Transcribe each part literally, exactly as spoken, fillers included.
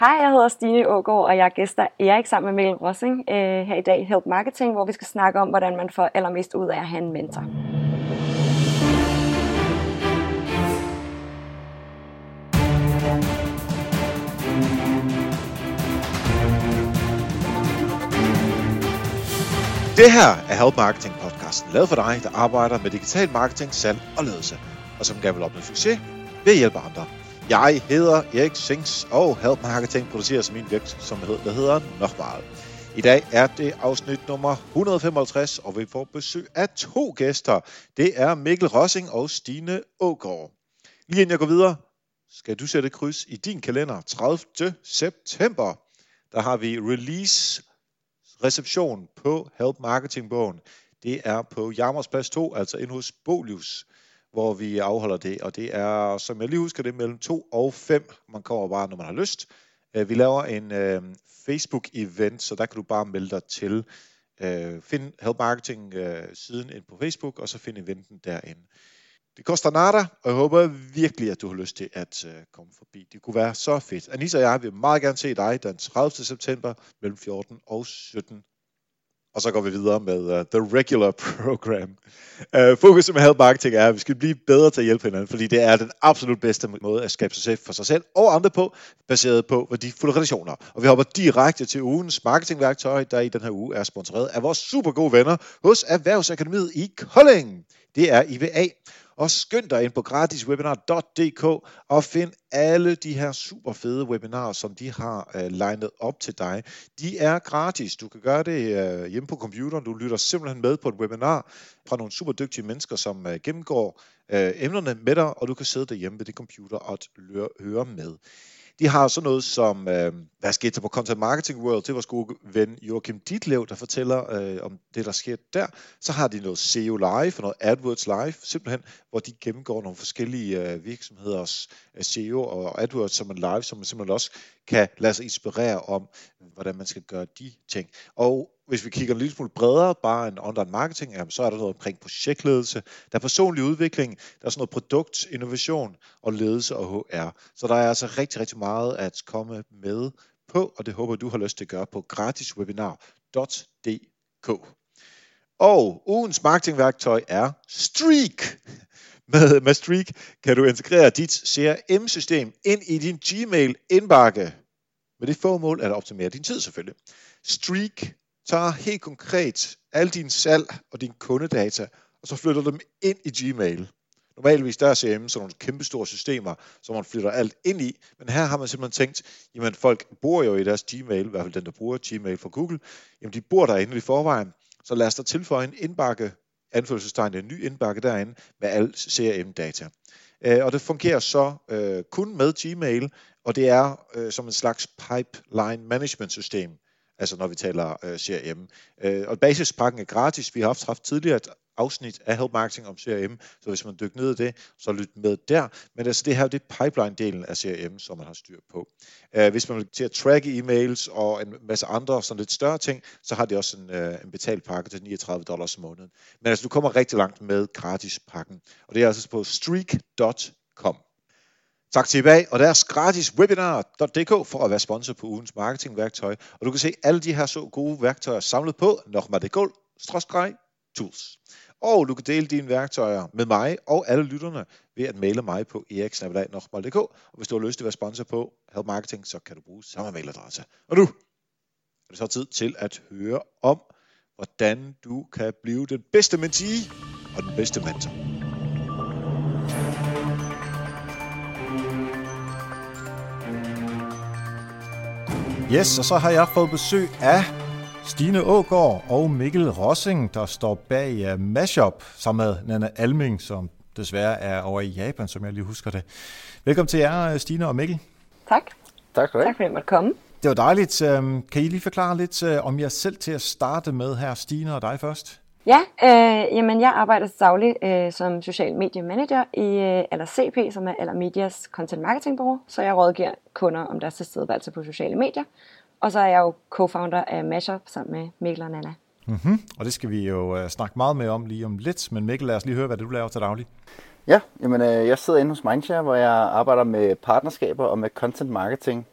Hej, jeg hedder Stine Aagaard, og jeg er gæster Erik sammen med Mikkel Rossing øh, her i dag i Help Marketing, hvor vi skal snakke om, hvordan man får allermest ud af at have en mentor. Det her er Help Marketing podcasten, lavet for dig, der arbejder med digital marketing, salg og ledelse, og som gerne vil opnå succes ved at hjælpe andre. Jeg hedder Erik Sings, og Help Marketing producerer som min virksomhed, der hedder Nochmal. I dag er det afsnit nummer et hundrede og femoghalvtreds, og vi får besøg af to gæster. Det er Mikkel Rossing og Stine Aagaard. Lige inden jeg går videre, skal du sætte kryds i din kalender tredivte september. Der har vi release reception på Help Marketing-bogen. Det er på Jarmersplads to, altså inde hos Bolius, hvor vi afholder det. Og det er, som jeg lige husker det, mellem to og fem. Man kommer bare, når man har lyst. Vi laver en øh, Facebook-event, så der kan du bare melde dig til. Øh, find Help Marketing-siden øh, ind på Facebook, og så find eventen derinde. Det koster nada, og jeg håber virkelig, at du har lyst til at uh, komme forbi. Det kunne være så fedt. Anita og jeg vil meget gerne se dig den tredivte september mellem fjorten og sytten. Og så går vi videre med uh, The Regular Program. Uh, fokus med Help Marketing er, at vi skal blive bedre til at hjælpe hinanden, fordi det er den absolut bedste måde at skabe succes for sig selv og andre på, baseret på værdifulde relationer. Og vi hopper direkte til ugens marketingværktøj, der i den her uge er sponsoreret af vores super gode venner hos Erhvervsakademiet i Kolding. Det er I V A. Og skynd dig ind på gratiswebinar punktum d k og find alle de her super fede webinarer, som de har uh, legnet op til dig. De er gratis. Du kan gøre det uh, hjemme på computeren. Du lytter simpelthen med på et webinar fra nogle super dygtige mennesker, som uh, gennemgår uh, emnerne med dig, og du kan sidde derhjemme ved din computer og høre med. De har sådan noget som, øh, hvad skete der på Content Marketing World, til vores gode ven Joachim Ditlev, der fortæller øh, om det, der sker der. Så har de noget S E O Live og noget AdWords Live, simpelthen, hvor de gennemgår nogle forskellige øh, virksomheders øh, S E O og AdWords som en live, som man simpelthen også kan lade sig inspirere om, hvordan man skal gøre de ting. Og hvis vi kigger en lille smule bredere, bare en online marketing, jamen, så er der noget omkring projektledelse, der er personlig udvikling, der er sådan noget produkt, innovation og ledelse og H R. Så der er altså rigtig, rigtig meget at komme med på, og det håber du har lyst til at gøre på gratiswebinar punktum d k. Og ugens marketingværktøj er Streak. Med, med Streak kan du integrere dit C R M-system ind i din Gmail-indbakke. Med det formål at optimere din tid selvfølgelig. Streak tager helt konkret alle dine salg og dine kundedata, og så flytter dem ind i Gmail. Normalvis der er C R M sådan nogle kæmpe store systemer, som man flytter alt ind i, men her har man simpelthen tænkt, jamen folk bor jo i deres Gmail, i hvert fald den der bruger Gmail fra Google, jamen de bor derinde i forvejen, så lad os da tilføje en indbakke, anførselstegn en ny indbakke derinde, med al C R M-data. Øh, og det fungerer så øh, kun med Gmail, og det er øh, som en slags pipeline management system. Altså når vi taler øh, C R M. Øh, og basispakken er gratis. Vi har haft, haft tidligere et afsnit af Help Marketing om C R M, så hvis man dykker ned i det, så lyt med der. Men altså det her det er pipeline-delen af C R M, som man har styr på. Øh, hvis man vil til at tracke e-mails og en masse andre sådan lidt større ting, så har det også en, øh, en betalt pakke til niogtredive dollars om måneden. Men altså du kommer rigtig langt med gratispakken. Og det er altså på streak punktum com. Tak til I V A og deres gratis webinar punktum d k for at være sponsor på ugens marketingværktøj. Og du kan se alle de her så gode værktøjer samlet på nochmal punktum d k tools. Og du kan dele dine værktøjer med mig og alle lytterne ved at maile mig på erik snabel-a nochmal punktum d k. Og hvis du har lyst til at være sponsor på Help Marketing, så kan du bruge samme mailadresse. Og nu er det så tid til at høre om, hvordan du kan blive den bedste mentee og den bedste mentor. Yes, og så har jeg fået besøg af Stine Aagaard og Mikkel Rossing, der står bag uh, Mashup, sammen med Nana Alming, som desværre er over i Japan, som jeg lige husker det. Velkommen til jer, Stine og Mikkel. Tak. Tak skal du have. Tak fordi jeg måtte komme. Det var dejligt. Kan I lige forklare lidt om jer selv til at starte med her, Stine og dig først? Ja, øh, jamen jeg arbejder dagligt øh, som social media manager i øh, Aller C P, som er Aller Medias content marketing bureau, så jeg rådgiver kunder om deres tilstedeværelse på sociale medier. Og så er jeg jo co-founder af Mashup sammen med Mikkel og Nana. Mm-hmm. Og det skal vi jo uh, snakke meget mere om lige om lidt, men Mikkel, lad os lige høre, hvad du laver til daglig. Ja, jamen, øh, jeg sidder inde hos Mindshare, hvor jeg arbejder med partnerskaber og med content marketing.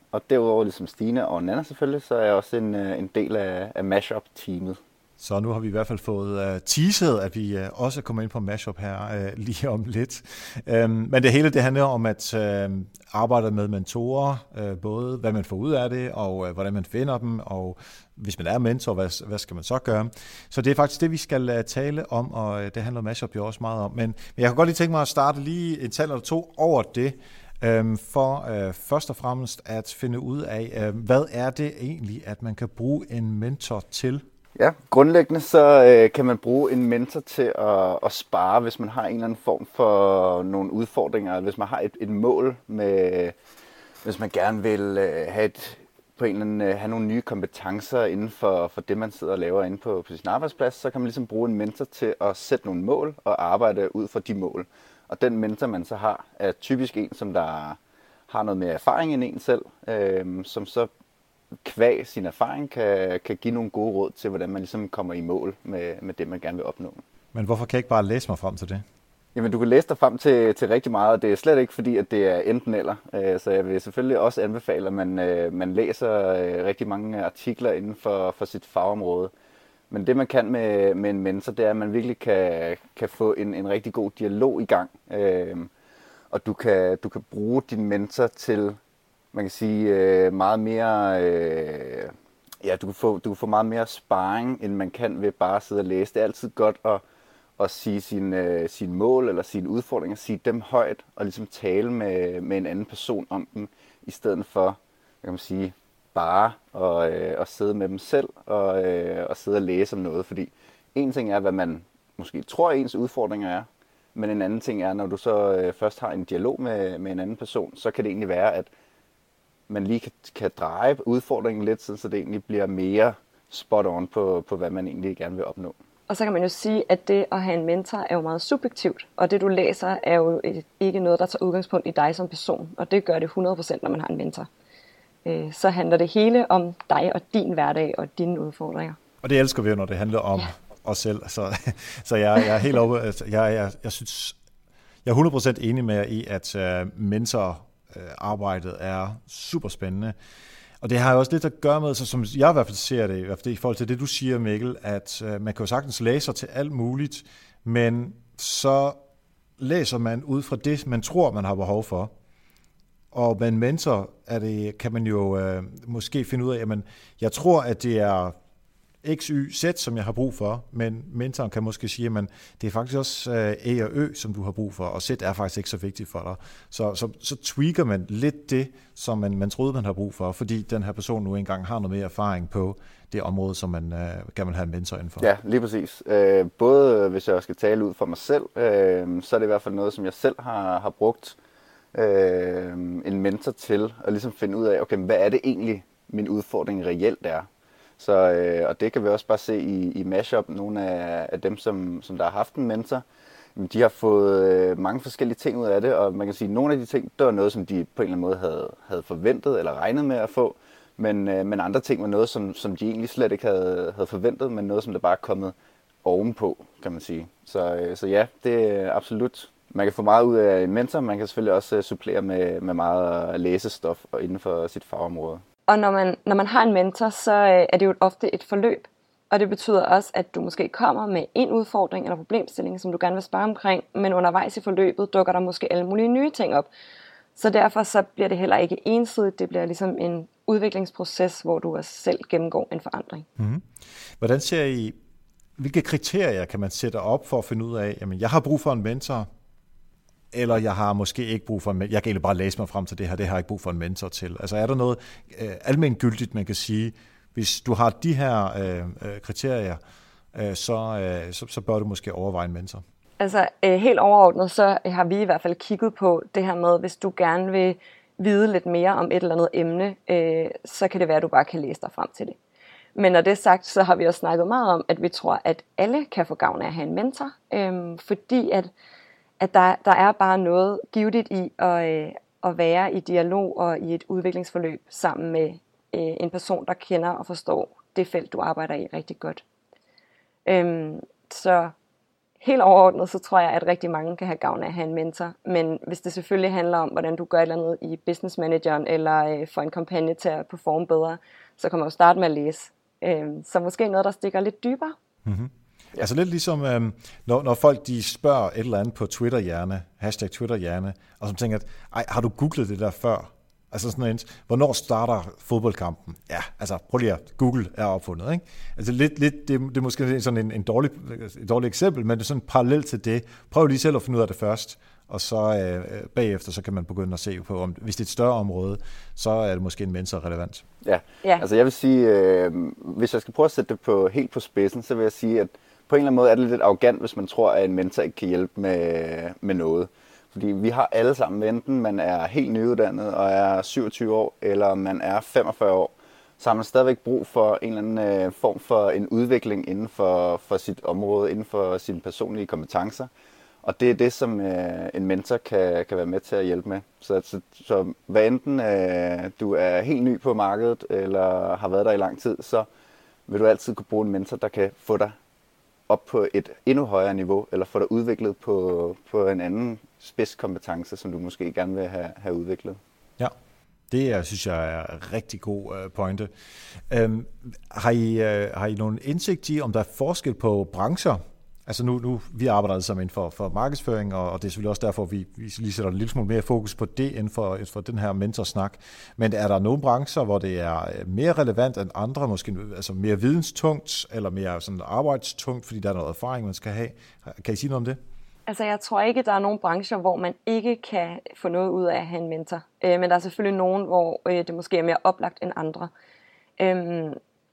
Og derudover, ligesom Stine og Nana selvfølgelig, så er jeg også en, en del af, af Mashup-teamet. Så nu har vi i hvert fald fået uh, teaset, at vi uh, også kommer ind på Mashup her uh, lige om lidt. Um, men det hele det handler om at uh, arbejde med mentorer, uh, både hvad man får ud af det, og uh, hvordan man finder dem, og hvis man er mentor, hvad, hvad skal man så gøre? Så det er faktisk det, vi skal uh, tale om, og uh, det handler Mashup jo også meget om. Men, men jeg kan godt lige tænke mig at starte lige en tal eller to over det, um, for uh, først og fremmest at finde ud af, uh, hvad er det egentlig, at man kan bruge en mentor til? Ja, grundlæggende så øh, kan man bruge en mentor til at, at spare, hvis man har en eller anden form for nogle udfordringer, hvis man har et, et mål med, hvis man gerne vil øh, have, et, på en eller anden, øh, have nogle nye kompetencer inden for, for det, man sidder og laver inde på, på sin arbejdsplads, så kan man ligesom bruge en mentor til at sætte nogle mål og arbejde ud fra de mål. Og den mentor, man så har, er typisk en, som der har noget mere erfaring end en selv, øh, som så kvæg sin erfaring kan, kan give nogle gode råd til, hvordan man ligesom kommer i mål med, med det, man gerne vil opnå. Men hvorfor kan jeg ikke bare læse mig frem til det? Jamen, du kan læse dig frem til, til rigtig meget, og det er slet ikke fordi, at det er enten eller. Så jeg vil selvfølgelig også anbefale, at man, man læser rigtig mange artikler inden for, for sit fagområde. Men det, man kan med, med en mentor, det er, at man virkelig kan, kan få en, en rigtig god dialog i gang. Og du kan, du kan bruge din mentor til, man kan sige, meget mere, øh, ja, du kan, få, du kan få meget mere sparring, end man kan ved bare at sidde og læse. Det er altid godt at, at sige sine, sine mål eller sine udfordringer, sige dem højt, og ligesom tale med, med en anden person om dem, i stedet for, kan man sige, bare at, øh, at sidde med dem selv og, øh, og sidde og læse om noget. Fordi en ting er, hvad man måske tror, ens udfordringer er, men en anden ting er, når du så øh, først har en dialog med, med en anden person, så kan det egentlig være, at man lige kan, kan dreje udfordringen lidt, så det egentlig bliver mere spot on på, på, hvad man egentlig gerne vil opnå. Og så kan man jo sige, at det at have en mentor er jo meget subjektivt, og det du læser er jo ikke noget, der tager udgangspunkt i dig som person, og det gør det hundrede procent, når man har en mentor. Så handler det hele om dig og din hverdag og dine udfordringer. Og det elsker vi jo, når det handler om ja. os selv. Så, så jeg, jeg er helt over, jeg, jeg, jeg synes, jeg er hundrede procent enig med jer i, at mentor arbejdet er super spændende. Og det har jo også lidt at gøre med, så som jeg i hvert fald ser det, i hvert fald i forhold til det, du siger, Mikkel, at uh, man kan jo sagtens læse sig til alt muligt, men så læser man ud fra det, man tror, man har behov for. Og med en mentor er det, kan man jo uh, måske finde ud af, at jeg tror, at det er X, Y, Z, som jeg har brug for, men mentoren kan måske sige, at det er faktisk også A og Ø, som du har brug for, og Z er faktisk ikke så vigtigt for dig. Så, så, så tweaker man lidt det, som man, man troede, man har brug for, fordi den her person nu engang har noget mere erfaring på det område, som man uh, gerne vil have en mentor inden for. Ja, lige præcis. Øh, både hvis jeg skal tale ud for mig selv, øh, så er det i hvert fald noget, som jeg selv har, har brugt øh, en mentor til, at ligesom finde ud af, okay, hvad er det egentlig, min udfordring reelt er. Så, øh, og det kan vi også bare se i, i Mashup. Nogle af, af dem, som, som der har haft en mentor, de har fået øh, mange forskellige ting ud af det, og man kan sige, at nogle af de ting, det var noget, som de på en eller anden måde havde, havde forventet eller regnet med at få, men, øh, men andre ting var noget, som, som de egentlig slet ikke havde, havde forventet, men noget, som der bare er kommet ovenpå, kan man sige. Så, øh, så ja, det er absolut. Man kan få meget ud af en mentor, man kan selvfølgelig også supplere med, med meget læsestof inden for sit fagområde. Og når man, når man har en mentor, så er det jo ofte et forløb. Og det betyder også, at du måske kommer med en udfordring eller problemstilling, som du gerne vil spare omkring, men undervejs i forløbet dukker der måske alle mulige nye ting op. Så derfor så bliver det heller ikke ensidigt, det bliver ligesom en udviklingsproces, hvor du også selv gennemgår en forandring. Mm-hmm. Hvordan ser I, hvilke kriterier kan man sætte op for at finde ud af, jamen jeg har brug for en mentor, eller jeg har måske ikke brug for en mentor. Jeg kan egentlig bare læse mig frem til det her, det har jeg ikke brug for en mentor til. Altså er der noget øh, almengyldigt, man kan sige, hvis du har de her øh, kriterier, øh, så, øh, så, så bør du måske overveje en mentor. Altså øh, helt overordnet, så har vi i hvert fald kigget på det her med, hvis du gerne vil vide lidt mere om et eller andet emne, øh, så kan det være, at du bare kan læse dig frem til det. Men når det er sagt, så har vi også snakket meget om, at vi tror, at alle kan få gavn af at have en mentor, øh, fordi at at der, der er bare noget givetigt i at, øh, at være i dialog og i et udviklingsforløb sammen med øh, en person, der kender og forstår det felt, du arbejder i rigtig godt. Øhm, så helt overordnet, så tror jeg, at rigtig mange kan have gavn af at have en mentor. Men hvis det selvfølgelig handler om, hvordan du gør et eller andet i business manageren, eller øh, får en kampagne til at performe bedre, så kan man jo starte med at læse. Øh, så måske noget, der stikker lidt dybere. Mm-hmm. Ja. Altså lidt ligesom, øhm, når, når folk de spørger et eller andet på Twitter-hjerne, hashtag Twitter-hjerne, og som tænker, at, ej, har du googlet det der før? Altså sådan en, hvornår starter fodboldkampen? Ja, altså prøv lige at Google er opfundet, ikke? Altså lidt, lidt det, det er måske sådan en, en dårlig, et dårligt eksempel, men det er sådan parallelt til det. Prøv lige selv at finde ud af det først, og så øh, bagefter, så kan man begynde at se på, om hvis det er et større område, så er det måske en mentor relevant. Ja, ja. Altså jeg vil sige, øh, hvis jeg skal prøve at sætte det på, helt på spidsen, så vil jeg sige, at på en eller anden måde er det lidt arrogant, hvis man tror, at en mentor ikke kan hjælpe med, med noget. Fordi vi har alle sammen, enten man er helt nyuddannet og er syvogtyve år, eller man er femogfyrre år, så har man stadigvæk brug for en eller anden form for en udvikling inden for, for sit område, inden for sine personlige kompetencer. Og det er det, som øh, en mentor kan, kan være med til at hjælpe med. Så, så, så hvad enten øh, du er helt ny på markedet, eller har været der i lang tid, så vil du altid kunne bruge en mentor, der kan få dig op på et endnu højere niveau, eller få dig udviklet på, på en anden spidskompetence, som du måske gerne vil have, have udviklet. Ja, det er, synes jeg er en rigtig god uh, pointe. Um, har, I, uh, har I nogen indsigt i, om der er forskel på brancher? Altså nu, nu vi arbejder alle sammen inden for, for markedsføring, og, og det er selvfølgelig også derfor, vi, vi lige sætter en lille smule mere fokus på det inden for, inden for den her mentorsnak. Men er der nogle brancher, hvor det er mere relevant end andre, måske altså mere videnstungt, eller mere sådan arbejdstungt, fordi der er noget erfaring, man skal have? Kan I sige noget om det? Altså jeg tror ikke, der er nogen brancher, hvor man ikke kan få noget ud af at have en mentor. Øh, men der er selvfølgelig nogen, hvor øh, det måske er mere oplagt end andre. Øhm,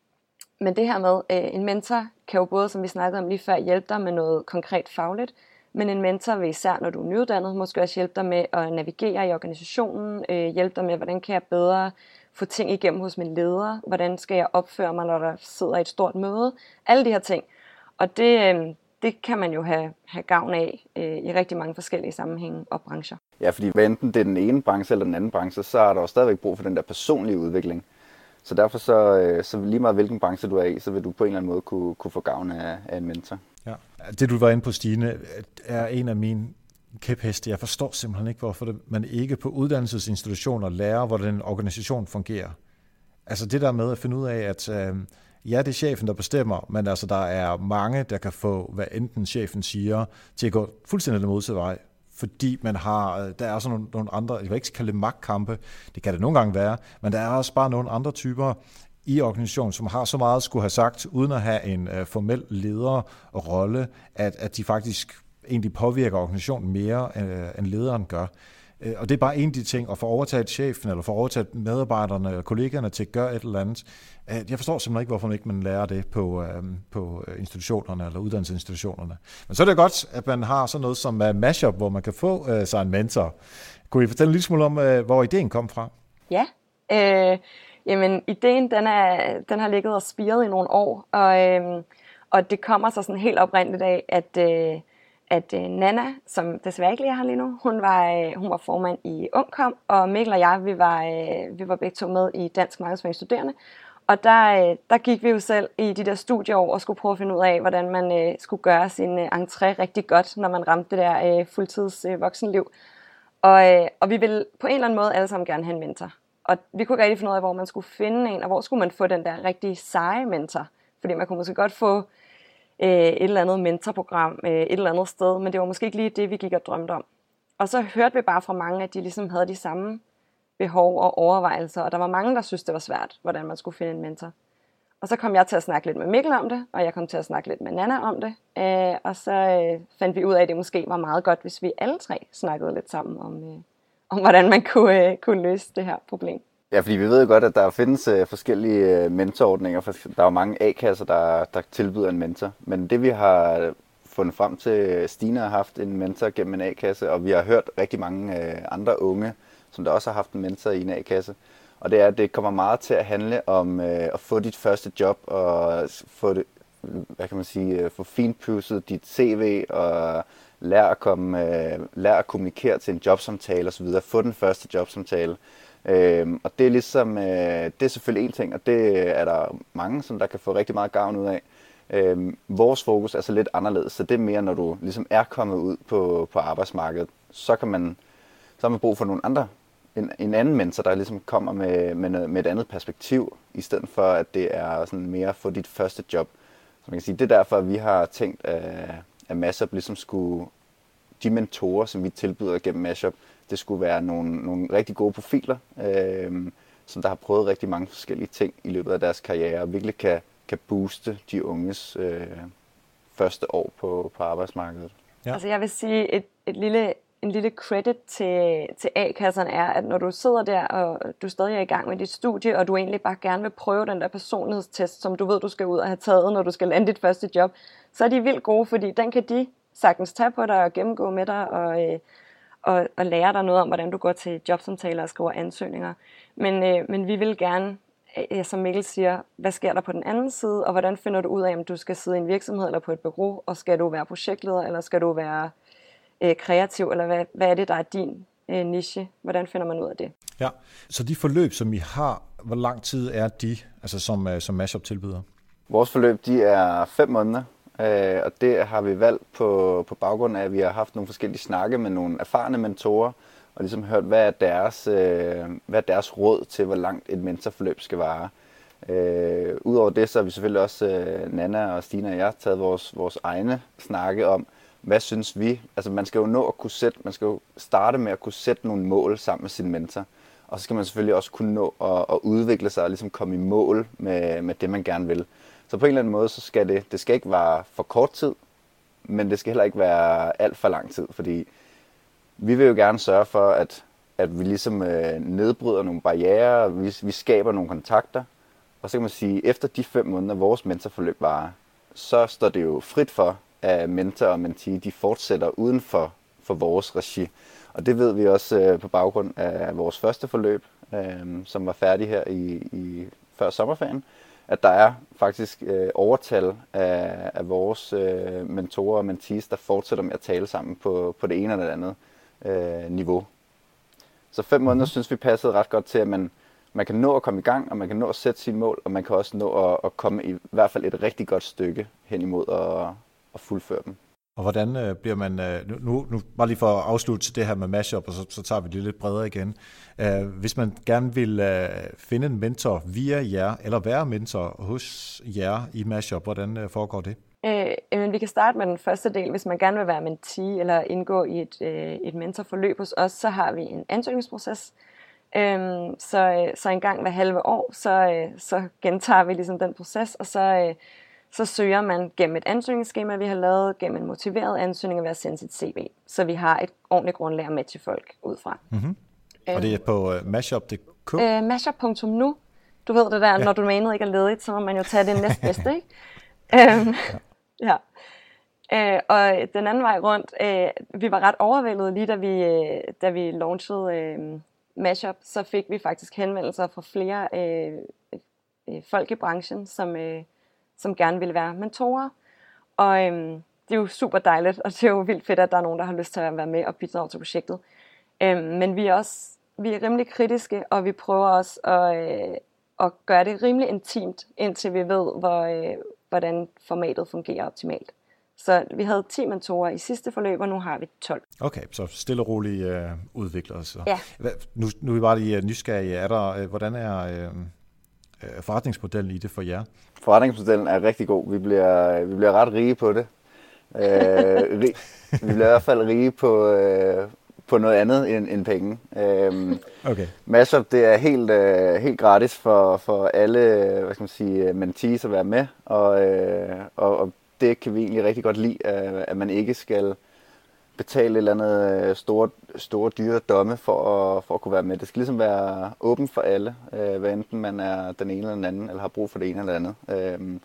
Men det her med, øh, en mentor kan jo både, som vi snakkede om lige før, hjælpe dig med noget konkret fagligt, men en mentor vil især, når du er nyuddannet, måske også hjælpe dig med at navigere i organisationen, øh, hjælpe dig med, hvordan kan jeg bedre få ting igennem hos min leder, hvordan skal jeg opføre mig, når der sidder i et stort møde, alle de her ting. Og det, øh, det kan man jo have, have gavn af øh, i rigtig mange forskellige sammenhænge og brancher. Ja, fordi hvad enten det er den ene branche eller den anden branche, så er der jo stadigvæk brug for den der personlige udvikling. Så derfor så, så lige meget hvilken branche du er i, så vil du på en eller anden måde kunne, kunne få gavn af, af en mentor. Ja. Det du var inde på, Stine, er en af mine kæpheste. Jeg forstår simpelthen ikke, hvorfor det, man ikke på uddannelsesinstitutioner lærer, hvordan en organisation fungerer. Altså det der med at finde ud af, at øh, ja, det er chefen, der bestemmer, men altså der er mange, der kan få, hvad enten chefen siger, til at gå fuldstændig den modsatte vej. Fordi man har, der er sådan nogle, nogle andre, jeg vil ikke kalde det magtkampe, det kan det nogle gange være, men der er også bare nogle andre typer i organisationen, som har så meget at skulle have sagt, uden at have en uh, formel leder og rolle, at, at de faktisk egentlig påvirker organisationen mere, uh, end lederen gør. Uh, og det er bare en af de ting, at få overtaget chefen, eller få overtaget medarbejderne og kollegerne til at gøre et eller andet. Uh, jeg forstår simpelthen ikke, hvorfor man ikke man lærer det på, uh, på institutionerne eller uddannelsesinstitutionerne. Men så er det godt, at man har sådan noget som uh, Mashup, hvor man kan få uh, sig en mentor. Kunne I fortælle en lille smule om, uh, hvor ideen kom fra? Ja, øh, jamen ideen den, er, den har ligget og spiret i nogle år, og, øh, og det kommer så sådan helt oprindeligt af, at, øh, at øh, Nana, som desværre ikke lige er her lige nu, hun var, øh, hun var formand i Ungkom, og Mikkel og jeg, vi var, øh, vi var begge to med i Dansk Markedsføring Studerende, og der, øh, der gik vi jo selv i de der studieår og skulle prøve at finde ud af, hvordan man øh, skulle gøre sin øh, entré rigtig godt, når man ramte det der øh, fuldtids øh, voksenliv. Og, øh, og vi ville på en eller anden måde alle sammen gerne have en mentor. Og vi kunne ikke rigtig finde ud af, hvor man skulle finde en, og hvor skulle man få den der rigtig seje mentor. Fordi man kunne måske godt få øh, et eller andet mentorprogram øh, et eller andet sted, men det var måske ikke lige det, vi gik og drømte om. Og så hørte vi bare fra mange, at de ligesom havde de samme behov og overvejelser, og der var mange, der syntes, det var svært, hvordan man skulle finde en mentor. Og så kom jeg til at snakke lidt med Mikkel om det, og jeg kom til at snakke lidt med Nana om det, øh, og så øh, fandt vi ud af, at det måske var meget godt, hvis vi alle tre snakkede lidt sammen om, øh, om hvordan man kunne, øh, kunne løse det her problem. Ja, fordi vi ved jo godt, at der findes øh, forskellige øh, mentorordninger, for der er jo mange A-kasser, der, der tilbyder en mentor, men det vi har fundet frem til, Stine har haft en mentor gennem en A-kasse, og vi har hørt rigtig mange øh, andre unge, som der også har haft en mentor i en A-kasse. Og det er, at det kommer meget til at handle om øh, at få dit første job og få det, hvad kan man sige, få finpudset dit C V og lære at komme, øh, lære at kommunikere til en jobsamtale osv. Få den første jobsamtale. Øh, og det er ligesom, øh, det er selvfølgelig en ting, og det er der mange, som der kan få rigtig meget gavn ud af. Øhm, vores fokus er så lidt anderledes, så det er mere, når du ligesom er kommet ud på, på arbejdsmarkedet, så kan man så har man brug for nogle andre, en, en anden mentor, der ligesom kommer med, med, noget, med et andet perspektiv, i stedet for at det er sådan mere for dit første job. Så man kan sige, det er derfor, at vi har tænkt, at, at Mashup ligesom skulle, de mentorer, som vi tilbyder gennem Mashup, det skulle være nogle, nogle rigtig gode profiler, øh, som der har prøvet rigtig mange forskellige ting i løbet af deres karriere, og virkelig kan, kan booste de unges øh, første år på, på arbejdsmarkedet. Ja. Altså jeg vil sige, et, et lille, en lille credit til, til A-kasserne er, at når du sidder der, og du stadig er i gang med dit studie, og du egentlig bare gerne vil prøve den der personlighedstest, som du ved, du skal ud og have taget, når du skal lande dit første job, så er de vildt gode, fordi den kan de sagtens tage på dig og gennemgå med dig, og, øh, og, og lære dig noget om, hvordan du går til jobsamtaler og skriver ansøgninger. Men, øh, men vi vil gerne, øh, som Mikkel siger, hvad sker der på den anden side, og hvordan finder du ud af, om du skal sidde i en virksomhed eller på et bureau, og skal du være projektleder, eller skal du være øh, kreativ, eller hvad, hvad er det, der er din øh, niche? Hvordan finder man ud af det? Ja, så de forløb, som I har, hvor lang tid er de, altså som, som Mashup tilbyder? Vores forløb, de er fem måneder. Øh, og det har vi valgt på, på baggrund af, at vi har haft nogle forskellige snakke med nogle erfarne mentorer, og ligesom hørt, hvad er deres, øh, hvad er deres råd til, hvor langt et mentorforløb skal vare. Øh, Udover det, så har vi selvfølgelig også, øh, Nana og Stina og jeg, taget vores, vores egne snakke om, hvad synes vi? Altså man skal jo nå at kunne sætte, man skal jo starte med at kunne sætte nogle mål sammen med sin mentor, og så skal man selvfølgelig også kunne nå at, at udvikle sig og ligesom komme i mål med, med det, man gerne vil. Så på en eller anden måde, så skal det, det skal ikke være for kort tid, men det skal heller ikke være alt for lang tid, fordi vi vil jo gerne sørge for, at, at vi ligesom øh, nedbryder nogle barrierer, vi, vi skaber nogle kontakter, og så kan man sige, efter de fem måneder, vores mentorforløb varer, så står det jo frit for, at mentor og mentee, de fortsætter uden for, for vores regi. Og det ved vi også øh, på baggrund af vores første forløb, øh, som var færdig her i, i før sommerferien, at der er faktisk øh, overtal af, af vores øh, mentorer og mentees, der fortsætter med at tale sammen på, på det ene eller det andet øh, niveau. Så fem måneder synes vi passede ret godt til, at man, man kan nå at komme i gang, og man kan nå at sætte sine mål, og man kan også nå at, at komme i, i hvert fald et rigtig godt stykke hen imod at, at fuldføre dem. Og hvordan øh, bliver man, øh, nu, nu bare lige for at afslutte det her med Mashup, og så, så tager vi det lidt bredere igen. Øh, hvis man gerne vil øh, finde en mentor via jer, eller være mentor hos jer i Mashup, hvordan øh, foregår det? Øh, men vi kan starte med den første del. Hvis man gerne vil være mentee eller indgå i et, øh, et mentorforløb hos os, så har vi en ansøgningsproces. Øh, så, så en gang hver halve år, så, øh, så gentager vi ligesom den proces, og så... Øh, så søger man gennem et ansøgningsskema, vi har lavet, gennem en motiveret ansøgning ved at sende sit C V. Så vi har et ordentligt grundlag at matche folk ud fra. Mm-hmm. Og det er på uh, mashup punktum d k? Uh, mashup punktum n u. Du ved det der, ja. Når domænet ikke er ledigt, så må man jo tage det næstbedste, ikke? um, ja. ja. Uh, og den anden vej rundt, uh, vi var ret overvældet lige da vi, uh, da vi launchede uh, Mashup, så fik vi faktisk henvendelser fra flere uh, uh, folk i branchen, som... Uh, som gerne vil være mentorer. Og øhm, det er jo super dejligt, og det er jo vildt fedt, at der er nogen, der har lyst til at være med og bidrage til projektet. Øhm, men vi er også vi er rimelig kritiske, og vi prøver også at, øh, at gøre det rimelig intimt, indtil vi ved, hvor, øh, hvordan formatet fungerer optimalt. Så vi havde ti mentorer i sidste forløb, og nu har vi tolv. Okay, så stille og roligt øh, udvikler os. Ja. Nu, nu er vi bare lige nysgerrige. Er der, øh, hvordan er... Øh, forretningsmodellen i det for jer? Forretningsmodellen er rigtig god. Vi bliver, vi bliver ret rige på det. Øh, rig, vi bliver i hvert fald rige på, øh, på noget andet end, end penge. Øh, okay. Mashup, det er helt, øh, helt gratis for, for alle, hvad skal man sige, mentees at være med, og, øh, og, og det kan vi egentlig rigtig godt lide, at man ikke skal betale et eller andet store, store dyre domme for at, for at kunne være med. Det skal ligesom være åbent for alle, øh, hvad enten man er den ene eller den anden, eller har brug for det ene eller andet. Øh,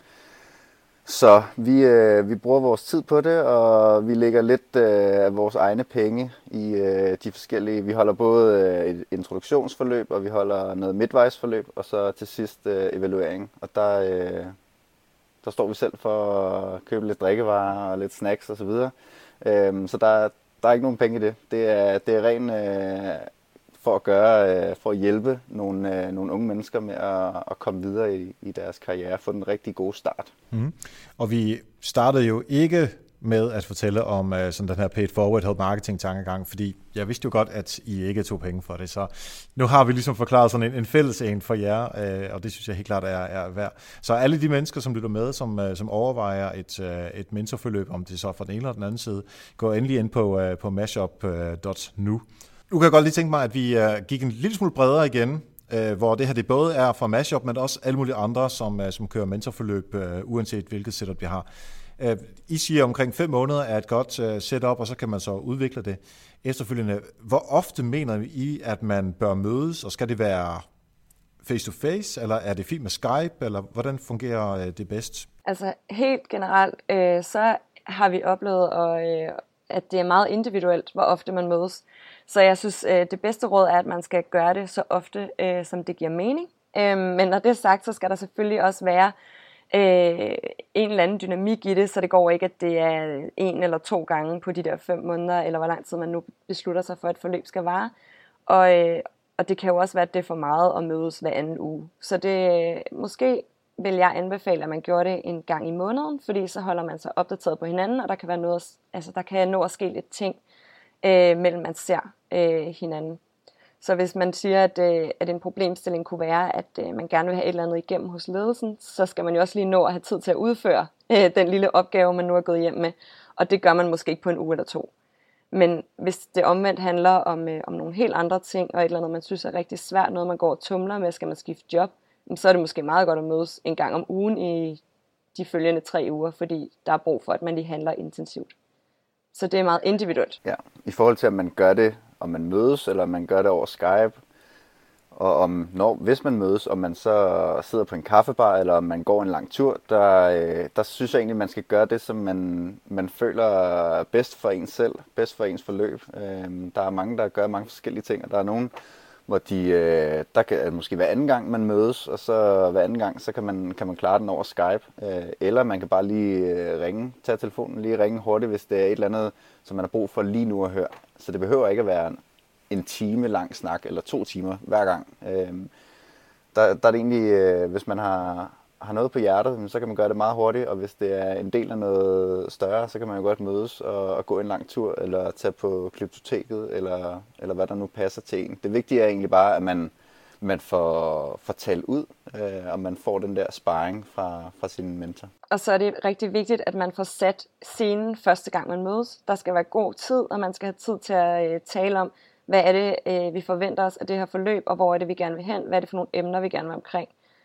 så vi, øh, vi bruger vores tid på det, og vi lægger lidt øh, af vores egne penge i øh, de forskellige. Vi holder både øh, et introduktionsforløb, og vi holder noget midtvejsforløb, og så til sidst øh, evaluering. Og der, øh, der står vi selv for at købe lidt drikkevarer og lidt snacks osv. Så der, der er ikke nogen penge i det. Det er, det er ren øh, for at gøre, øh, for at hjælpe nogle, øh, nogle unge mennesker med at, at komme videre i, i deres karriere, få den rigtig gode start. Mm. Og vi startede jo ikke med at fortælle om uh, sådan den her paid forward help marketing tankegang, fordi jeg vidste jo godt, at I ikke tog penge for det, så nu har vi ligesom forklaret sådan en, en fælles en for jer, uh, og det synes jeg helt klart er, er værd. Så alle de mennesker, som lytter med, som, uh, som overvejer et, uh, et mentorforløb, om det er så fra den ene eller den anden side, gå endelig ind på, uh, på mashup punktum nu. Nu kan jeg godt lige tænke mig, at vi uh, gik en lille smule bredere igen, uh, hvor det her det både er fra Mashup, men også alle mulige andre, som, uh, som kører mentorforløb, uh, uanset hvilket setup vi har. I siger, omkring fem måneder er et godt setup, og så kan man så udvikle det efterfølgende. Hvor ofte mener I, at man bør mødes, og skal det være face-to-face, eller er det fint med Skype, eller hvordan fungerer det bedst? Altså helt generelt, øh, så har vi oplevet, og, øh, at det er meget individuelt, hvor ofte man mødes. Så jeg synes, øh, det bedste råd er, at man skal gøre det så ofte, øh, som det giver mening. Øh, men når det er sagt, så skal der selvfølgelig også være Øh, en eller anden dynamik i det, så det går ikke, at det er en eller to gange på de der fem måneder, eller hvor lang tid man nu beslutter sig for, at et forløb skal vare. Og, øh, og det kan jo også være, at det er for meget at mødes hver anden uge. Så det, måske vil jeg anbefale, at man gjorde det en gang i måneden, fordi så holder man sig opdateret på hinanden, og der kan være noget, altså der kan nå at ske lidt ting, øh, mellem man ser øh, hinanden. Så hvis man siger, at, øh, at en problemstilling kunne være, at øh, man gerne vil have et eller andet igennem hos ledelsen, så skal man jo også lige nå at have tid til at udføre øh, den lille opgave, man nu er gået hjem med. Og det gør man måske ikke på en uge eller to. Men hvis det omvendt handler om, øh, om nogle helt andre ting, og et eller andet, man synes er rigtig svært, noget man går og tumler med, skal man skifte job, så er det måske meget godt at mødes en gang om ugen i de følgende tre uger, fordi der er brug for, at man lige handler intensivt. Så det er meget individuelt. Ja, i forhold til, at man gør det, om man mødes, eller man gør det over Skype, og om, når, hvis man mødes, om man så sidder på en kaffebar, eller om man går en lang tur, der, øh, der synes jeg egentlig, man skal gøre det, som man, man føler er bedst for ens selv, bedst for ens forløb. Øh, der er mange, der gør mange forskellige ting, og der er nogen, hvor de, øh, der kan måske hver anden gang, man mødes, og så hver anden gang, så kan man, kan man klare den over Skype, øh, eller man kan bare lige øh, ringe, tage telefonen, lige ringe hurtigt, hvis det er et eller andet, som man har brug for lige nu at høre. Så det behøver ikke at være en time lang snak, eller to timer hver gang. Øh, der, der er det egentlig, øh, hvis man har, har noget på hjertet, så kan man gøre det meget hurtigt, og hvis det er en del af noget større, så kan man jo godt mødes og, og gå en lang tur, eller tage på Glyptoteket, eller, eller hvad der nu passer til en. Det vigtige er egentlig bare, at man, man får, får talt ud, øh, og man får den der sparring fra, fra sin mentor. Og så er det rigtig vigtigt, at man får sat scenen første gang, man mødes. Der skal være god tid, og man skal have tid til at øh, tale om, hvad er det, øh, vi forventer os af det her forløb, og hvor er det, vi gerne vil hen, hvad er det for nogle emner, vi gerne vil omkring.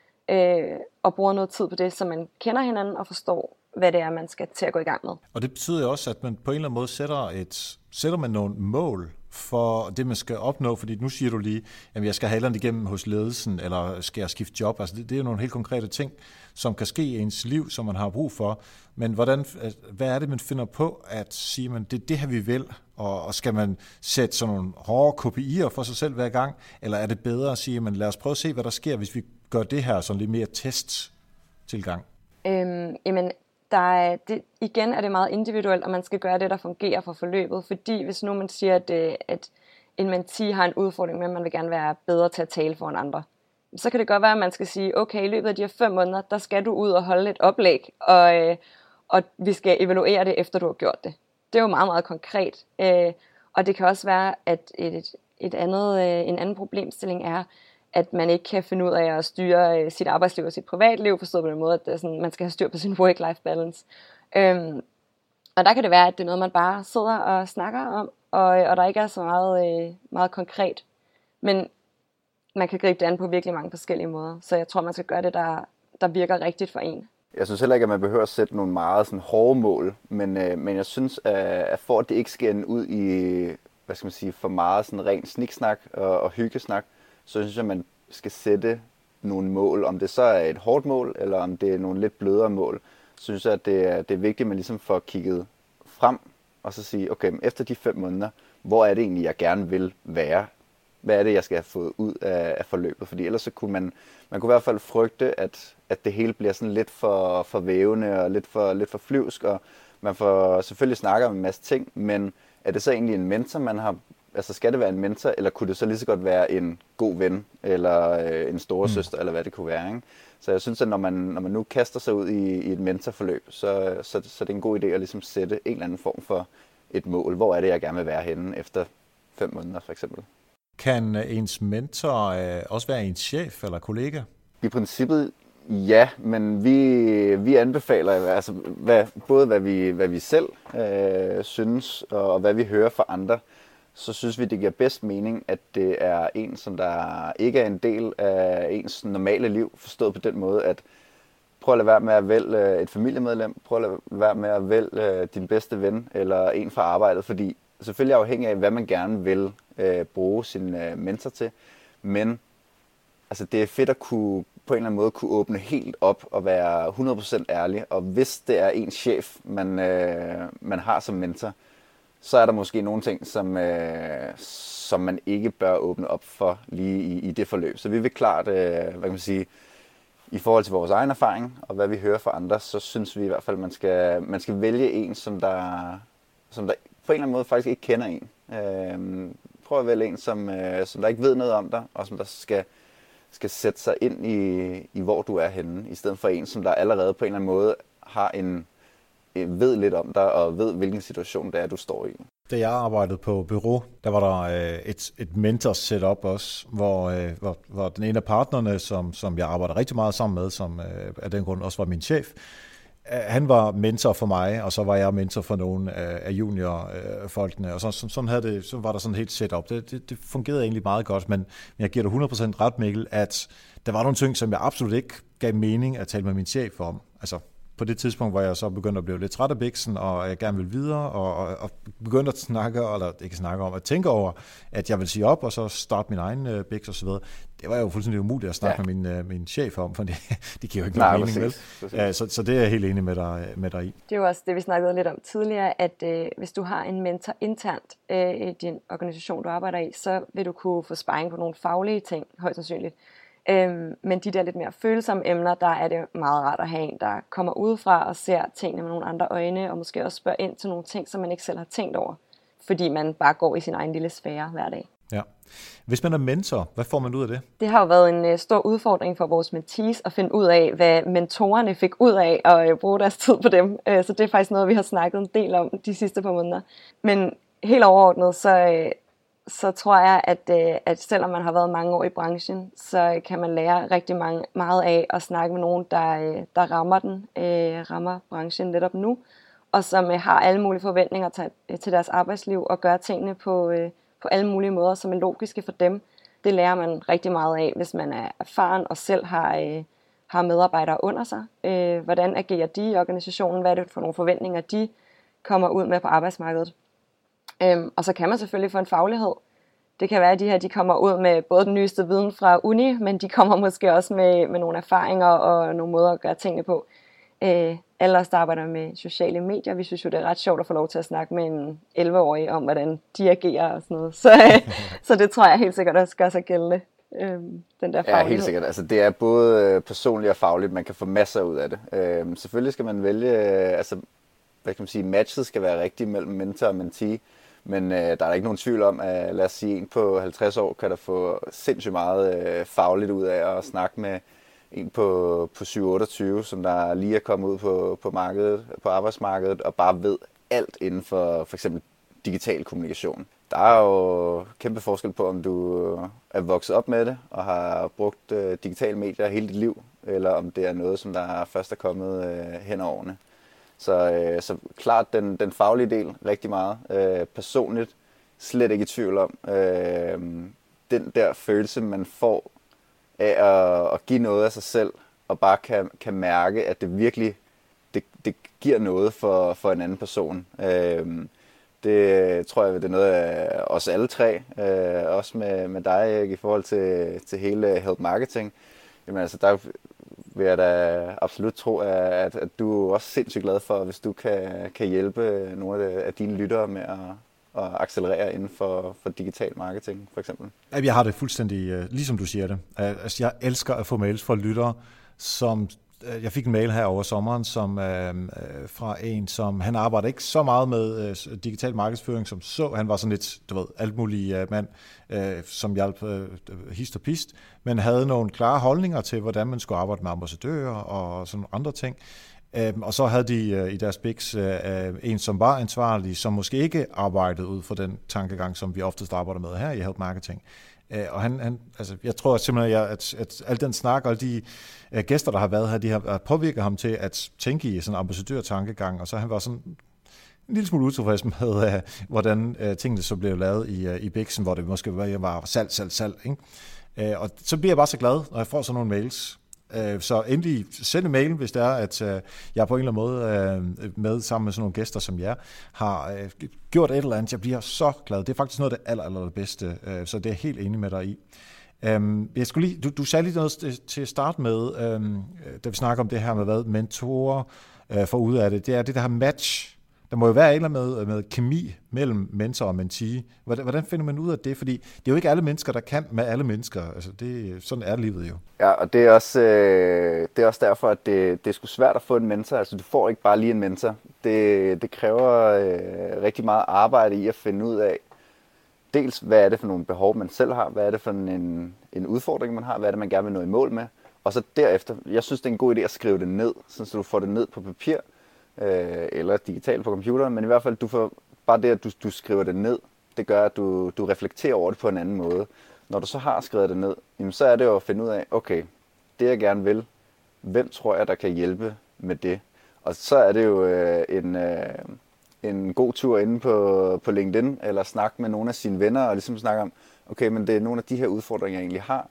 Øh, og bruger noget tid på det, så man kender hinanden og forstår, hvad det er, man skal til at gå i gang med. Og det betyder jo også, at man på en eller anden måde sætter, et, sætter man nogle mål for det, man skal opnå, fordi nu siger du lige, at jeg skal have et eller andet igennem hos ledelsen, eller skal jeg skifte job, altså det, det er jo nogle helt konkrete ting, som kan ske i ens liv, som man har brug for, men hvordan, hvad er det, man finder på at sige, at det er det her, vi vil, og, og skal man sætte sådan nogle hårde K P I'er for sig selv hver gang, eller er det bedre at sige, at lad os prøve at se, hvad der sker, hvis vi gør det her sådan lidt mere testtilgang? Øhm, jamen, der er det, igen er det meget individuelt, og man skal gøre det, der fungerer for forløbet. Fordi hvis nu man siger, at, at en mentee har en udfordring med, at man vil gerne være bedre til at tale foran andre, så kan det godt være, at man skal sige, okay, i løbet af de her fem måneder, der skal du ud og holde et oplæg, og, og vi skal evaluere det, efter du har gjort det. Det er jo meget, meget konkret. Og det kan også være, at et, et andet, en anden problemstilling er, at man ikke kan finde ud af at styre sit arbejdsliv og sit privatliv, forstået på den måde, at det er sådan, man skal have styr på sin work-life balance. Øhm, og der kan det være, at det er noget, man bare sidder og snakker om, og, og der ikke er så meget, øh, meget konkret. Men man kan gribe det an på virkelig mange forskellige måder. Så jeg tror, man skal gøre det, der, der virker rigtigt for en. Jeg synes heller ikke, at man behøver at sætte nogle meget sådan, hårde mål, men, øh, men jeg synes, at for at det ikke skal ende ud i hvad skal man sige, for meget sådan, ren sniksnak og, og hyggesnak, så synes jeg, at man skal sætte nogle mål. Om det så er et hårdt mål, eller om det er nogle lidt blødere mål, så synes jeg, at det er, det er vigtigt, at man ligesom får kigget frem, og så sige, okay, efter de fem måneder, hvor er det egentlig, jeg gerne vil være? Hvad er det, jeg skal have fået ud af, af forløbet? Fordi ellers så kunne man, man kunne i hvert fald frygte, at, at det hele bliver sådan lidt for, for vævende og lidt for, lidt for flyvsk, og man får selvfølgelig snakke om en masse ting, men er det så egentlig en mentor, man har altså skal det være en mentor, eller kunne det så lige så godt være en god ven, eller øh, en storesøster, mm. eller hvad det kunne være, ikke? Så jeg synes, at når man, når man nu kaster sig ud i, i et mentorforløb, så, så, så det er en god idé at ligesom sætte en eller anden form for et mål. Hvor er det, jeg gerne vil være henne efter fem måneder, for eksempel? Kan ens mentor øh, også være ens chef eller kollega? I princippet ja, men vi, vi anbefaler altså, hvad, både hvad vi, hvad vi selv øh, synes, og, og hvad vi hører fra andre. Så synes vi, det giver bedst mening, at det er en, som der ikke er en del af ens normale liv, forstået på den måde, at prøv at lade være med at vælge et familiemedlem, prøv at lade være med at vælge din bedste ven eller en fra arbejdet, fordi selvfølgelig er afhængig af, hvad man gerne vil øh, bruge sin øh, mentor til, men altså, det er fedt at kunne på en eller anden måde kunne åbne helt op og være hundrede procent ærlig, og hvis det er ens chef, man, øh, man har som mentor, så er der måske nogle ting, som, øh, som man ikke bør åbne op for lige i, i det forløb. Så vi vil klart, øh, hvad kan man sige, i forhold til vores egen erfaring og hvad vi hører fra andre, så synes vi i hvert fald, at man skal, man skal vælge en, som der, som der på en eller anden måde faktisk ikke kender en. Øh, prøv at vælge en, som, øh, som der ikke ved noget om dig, og som der skal, skal sætte sig ind i, i, hvor du er henne, i stedet for en, som der allerede på en eller anden måde har en ved lidt om dig, og ved, hvilken situation det er, du står i. Da jeg arbejdede på bureau, der var der øh, et, et mentor-setup også, hvor, øh, hvor, hvor den ene af partnerne, som, som jeg arbejder rigtig meget sammen med, som øh, af den grund også var min chef, øh, han var mentor for mig, og så var jeg mentor for nogle af, af juniorfolkene, øh, og så, så, sådan havde det, så var der sådan et helt setup. Det, det, det fungerede egentlig meget godt, men jeg giver dig hundrede procent ret, Mikkel, at der var nogle ting, som jeg absolut ikke gav mening at tale med min chef om. Altså, på det tidspunkt, hvor jeg så begyndte at blive lidt træt af biksen, og jeg gerne ville videre, og, og, og begyndte at snakke, eller ikke snakke om, at tænke over, at jeg vil sige op, og så starte min egen uh, biks og så videre. Det var jo fuldstændig umuligt at snakke ja. med min, uh, min chef om, for det, det giver jo ikke nogen mening, vel? Ja, så, så det er jeg helt enig med dig, med dig i. Det er jo også det, vi snakkede lidt om tidligere, at øh, hvis du har en mentor internt øh, i din organisation, du arbejder i, så vil du kunne få sparring på nogle faglige ting, højst sandsynligt. Øhm, men de der lidt mere følsomme emner, der er det meget rart at have en, der kommer udefra og ser tingene med nogle andre øjne, og måske også spørger ind til nogle ting, som man ikke selv har tænkt over, fordi man bare går i sin egen lille sfære hver dag. Ja. Hvis man er mentor, hvad får man ud af det? Det har jo været en uh, stor udfordring for vores mentees at finde ud af, hvad mentorerne fik ud af at uh, bruge deres tid på dem. Uh, så det er faktisk noget, vi har snakket en del om de sidste par måneder. Men helt overordnet, så... Uh, så tror jeg, at, at selvom man har været mange år i branchen, så kan man lære rigtig mange, meget af at snakke med nogen, der, der rammer den, rammer branchen lidt op nu, og som har alle mulige forventninger til, til deres arbejdsliv og gør tingene på, på alle mulige måder, som er logiske for dem. Det lærer man rigtig meget af, hvis man er erfaren og selv har, har medarbejdere under sig. Hvordan agerer de i organisationen? Hvad er det for nogle forventninger, de kommer ud med på arbejdsmarkedet? Øhm, og så kan man selvfølgelig få en faglighed. Det kan være, at de her de kommer ud med både den nyeste viden fra uni, men de kommer måske også med, med nogle erfaringer og nogle måder at gøre tingene på. Øh, alle os, der arbejder med sociale medier, vi synes jo, det er ret sjovt at få lov til at snakke med en elleve-årig om, hvordan de agerer og sådan noget. Så, øh, så det tror jeg helt sikkert også gør sig gældende. Øh, den der faglighed. Ja, helt sikkert. Altså, det er både personligt og fagligt, man kan få masser ud af det. Øh, selvfølgelig skal man vælge, altså, hvad kan man sige, matchet skal være rigtigt mellem mentor og mentee. Men øh, der er ikke nogen tvivl om, at lad os sige, en på halvtreds år kan der få sindssygt meget øh, fagligt ud af at snakke med en på, på syv otteogtyve, som der lige er kommet ud på, på, markedet, på arbejdsmarkedet og bare ved alt inden for for eksempel digital kommunikation. Der er jo kæmpe forskel på, om du er vokset op med det og har brugt øh, digitale medier hele dit liv, eller om det er noget, som der først er kommet øh, hen over årene. Så, øh, så klart den, den faglige del rigtig meget. Øh, personligt slet ikke i tvivl om. Øh, den der følelse, man får af at, at give noget af sig selv, og bare kan, kan mærke, at det virkelig det, det giver noget for, for en anden person. Øh, det tror jeg, det er noget af os alle tre. Øh, også med, med dig, Erik, i forhold til, til hele Help Marketing. Jamen altså, der vil jeg da absolut tro, at, at du er også sindssygt glad for, hvis du kan, kan hjælpe nogle af dine lyttere med at, at accelerere inden for, for digital marketing, for eksempel. Jeg har det fuldstændig, ligesom du siger det. Altså, jeg elsker at få mails fra lyttere, som jeg fik en mail her over sommeren som, øh, fra en, som han arbejder ikke så meget med øh, digital markedsføring som så. Han var sådan lidt, du ved, alt mulig øh, mand, øh, som hjalp øh, hist og pist, men havde nogle klare holdninger til, hvordan man skulle arbejde med ambassadører og sådan andre ting. Øh, og så havde de øh, i deres bigs øh, en, som var ansvarlig, som måske ikke arbejdede ud fra den tankegang, som vi oftest arbejder med her i Help Marketing. Uh, og han, han, altså, jeg tror simpelthen, at, at, at al den snak og alle de uh, gæster, der har været her, de har påvirket ham til at tænke i sådan en ambassadør-tankegang, og så han var sådan en lille smule utilfreds med, uh, hvordan uh, tingene så blev lavet i, uh, i Bixen, hvor det måske var, var salg, salg, salg. Ikke? Uh, og så bliver jeg bare så glad, når jeg får sådan nogle mails. Uh, så endelig send en mail, hvis det er, at uh, jeg på en eller anden måde uh, med sammen med sådan nogle gæster som jer, har uh, gjort et eller andet. Jeg bliver så glad. Det er faktisk noget af det aller, aller bedste, uh, så det er jeg helt enig med dig i. Um, jeg skulle lige, du, du sagde lige noget til at starte med, um, da vi snakker om det her med, hvad mentorer uh, får ud af det. Det er det, der har match. Der må jo være et eller andet med, med kemi mellem mentor og mentee. Hvordan, hvordan finder man ud af det? Fordi det er jo ikke alle mennesker, der kan med alle mennesker. Altså det, sådan er livet jo. Ja, og det er også, øh, det er også derfor, at det, det er sgu svært at få en mentor. Altså du får ikke bare lige en mentor. Det, det kræver øh, rigtig meget arbejde i at finde ud af, dels hvad er det for nogle behov, man selv har, hvad er det for en, en udfordring, man har, hvad er det, man gerne vil nå i mål med. Og så derefter, jeg synes, det er en god idé at skrive det ned, så du får det ned på papir, øh, eller digitalt på computeren, men i hvert fald, du får bare det, at du, du skriver det ned, det gør, at du, du reflekterer over det på en anden måde. Når du så har skrevet det ned, jamen, så er det jo at finde ud af, okay, det jeg gerne vil, hvem tror jeg, der kan hjælpe med det? Og så er det jo øh, en... Øh, en god tur inde på, på LinkedIn, eller snakke med nogle af sine venner, og ligesom snakke om, okay, men det er nogle af de her udfordringer, jeg egentlig har.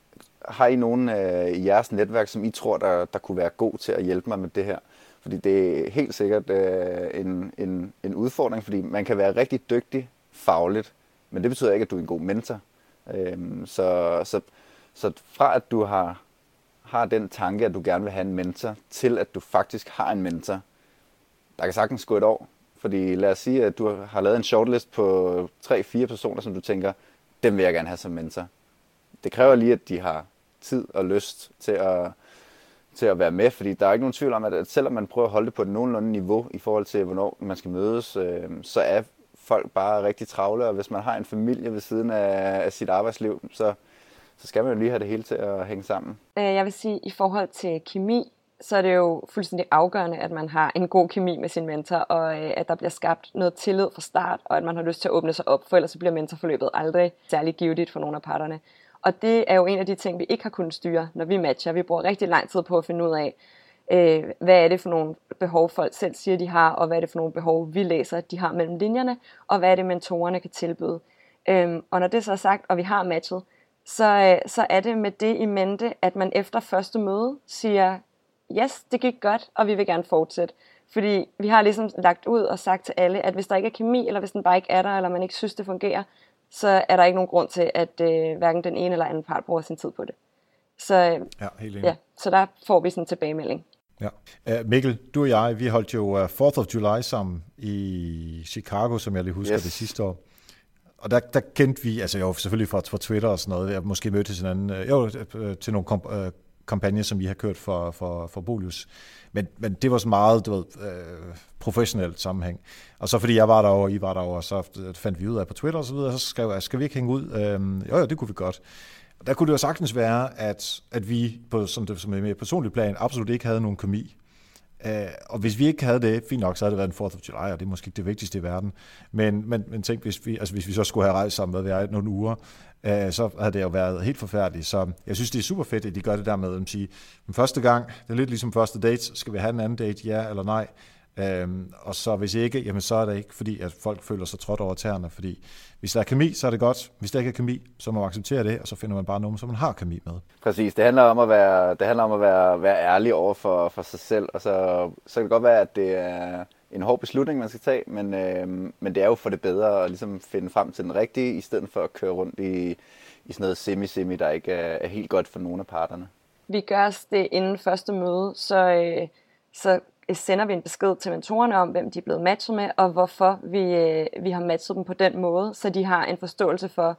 Har I nogen øh, i jeres netværk, som I tror, der, der kunne være god til at hjælpe mig med det her? Fordi det er helt sikkert øh, en, en, en udfordring, fordi man kan være rigtig dygtig fagligt, men det betyder ikke, at du er en god mentor. Øhm, så, så, så fra at du har, har den tanke, at du gerne vil have en mentor, til at du faktisk har en mentor, der kan sagtens gå et år. Fordi lad os sige, at du har lavet en shortlist på tre fire personer, som du tænker, dem vil jeg gerne have som mentor. Det kræver lige, at de har tid og lyst til at, til at være med, fordi der er ikke nogen tvivl om, at selvom man prøver at holde det på et nogenlunde niveau i forhold til, hvornår man skal mødes, øh, så er folk bare rigtig travle, og hvis man har en familie ved siden af, af sit arbejdsliv, så, så skal man jo lige have det hele til at hænge sammen. Jeg vil sige, i forhold til kemi, så er det jo fuldstændig afgørende, at man har en god kemi med sin mentor, og øh, at der bliver skabt noget tillid fra start, og at man har lyst til at åbne sig op, for ellers så bliver mentorforløbet aldrig særlig givetigt for nogle af parterne. Og det er jo en af de ting, vi ikke har kunnet styre, når vi matcher. Vi bruger rigtig lang tid på at finde ud af, øh, hvad er det for nogle behov, folk selv siger, de har, og hvad er det for nogle behov, vi læser, de har mellem linjerne, og hvad er det, mentorerne kan tilbyde. Øh, og når det så er sagt, og vi har matchet, så, øh, så er det med det i mente, at man efter første møde siger, yes, det gik godt, og vi vil gerne fortsætte. Fordi vi har ligesom lagt ud og sagt til alle, at hvis der ikke er kemi, eller hvis den bare ikke er der, eller man ikke synes, det fungerer, så er der ikke nogen grund til, at øh, hverken den ene eller anden part bruger sin tid på det. Så, ja, helt enig. Ja, så der får vi sådan en tilbagemelding. Ja. Uh, Mikkel, du og jeg, vi holdt jo uh, fourth of July sammen i Chicago, som jeg lige husker yes. det sidste år. Og der, der kendte vi, altså jo selvfølgelig fra, fra Twitter og sådan noget, jeg måske mødte til hinanden, uh, jo, uh, til nogle komp- uh, kampagne, som vi har kørt for, for, for Bolius. Men, men det var så meget, du ved, øh, professionelt sammenhæng. Og så fordi jeg var derovre, og I var derovre, så fandt vi ud af på Twitter og så videre, så skrev jeg, skal vi ikke hænge ud? Øhm, jo, jo, det kunne vi godt. Og der kunne det jo sagtens være, at, at vi på sådan det, som er mere personligt plan, absolut ikke havde nogen kemi. Uh, og hvis vi ikke havde det, fint nok, så havde det været en fourth of July, og det er måske ikke det vigtigste i verden. Men, men, men tænk, hvis vi, altså hvis vi så skulle have rejst sammen, hvad vi er, nogle uger, uh, så havde det jo været helt forfærdeligt. Så jeg synes, det er super fedt, at de gør det der med at sige, den første gang, det er lidt ligesom første date, skal vi have en anden date, ja eller nej? Øhm, og så hvis ikke, jamen så er det ikke, fordi at folk føler sig trådt over tæerne, fordi hvis der er kemi, så er det godt. Hvis der ikke er kemi, så må man acceptere det, og så finder man bare nogen, som man har kemi med. Præcis, det handler om at være, det handler om at være, være ærlig over for, for sig selv, og så, så kan det godt være, at det er en hård beslutning, man skal tage, men, øh, men det er jo for det bedre at ligesom finde frem til den rigtige, i stedet for at køre rundt i, i sådan noget semi-semi, der ikke er, er helt godt for nogle af parterne. Vi gør os det inden første møde, så, øh, så sender vi en besked til mentorerne om, hvem de er blevet matchet med, og hvorfor vi, øh, vi har matchet dem på den måde, så de har en forståelse for,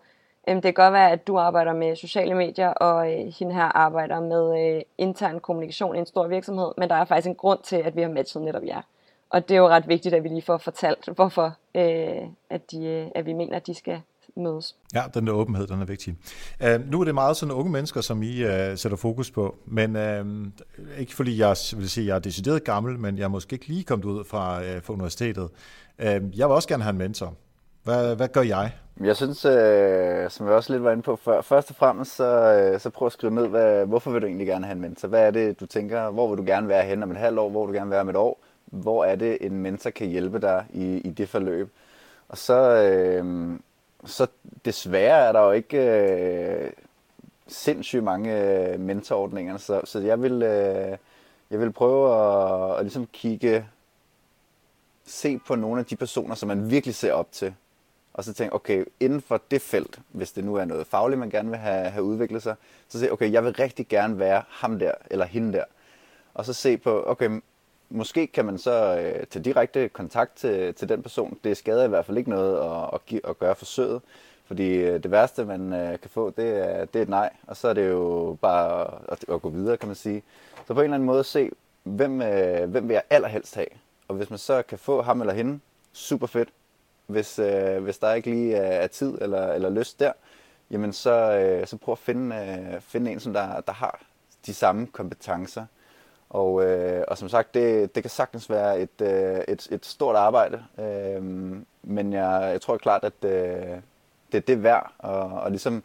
Det kan godt være, at du arbejder med sociale medier, og øh, hende her arbejder med øh, intern kommunikation i en stor virksomhed, men der er faktisk en grund til, at vi har matchet netop jer. Og det er jo ret vigtigt, at vi lige får fortalt, hvorfor øh, at, de, at vi mener, at de skal mødes. Ja, den der åbenhed, den er vigtig. Uh, nu er det meget sådan unge mennesker, som I uh, sætter fokus på, men uh, ikke fordi jeg vil sige, at jeg er decideret gammel, men jeg er måske ikke lige kommet ud fra, uh, fra universitetet. Uh, jeg vil også gerne have en mentor. Hvad, hvad gør jeg? Jeg synes, øh, som jeg også lidt var inde på før, først og fremmest, så, øh, så prøv at skrive ned, hvad, hvorfor vil du egentlig gerne have en mentor? Hvad er det, du tænker, hvor vil du gerne være hen om et halvt år, hvor vil du gerne være om et år? Hvor er det, en mentor kan hjælpe dig i, i det forløb? Og så, øh, så desværre er der jo ikke øh, sindssygt mange mentorordninger, så, så jeg, vil, øh, jeg vil prøve at, at ligesom kigge, se på nogle af de personer, som man virkelig ser op til. Og så tænke, okay, inden for det felt, hvis det nu er noget fagligt, man gerne vil have, have udviklet sig, så se, okay, jeg vil rigtig gerne være ham der, eller hende der. Og så se på, okay, måske kan man så øh, tage direkte kontakt til, til den person. Det skader i hvert fald ikke noget at, at, give, at gøre forsøget. Fordi øh, det værste, man øh, kan få, det er, det er et nej. Og så er det jo bare at, at gå videre, kan man sige. Så på en eller anden måde se, hvem, øh, hvem vil jeg allerhelst have. Og hvis man så kan få ham eller hende, super fedt. Hvis, øh, hvis der ikke lige er tid eller, eller lyst der, jamen så, øh, så prøv at finde, øh, finde en, som der, der har de samme kompetencer. Og, øh, og som sagt, det, det kan sagtens være et, øh, et, et stort arbejde, øh, men jeg, jeg tror klart, at øh, det er det værd at, at ligesom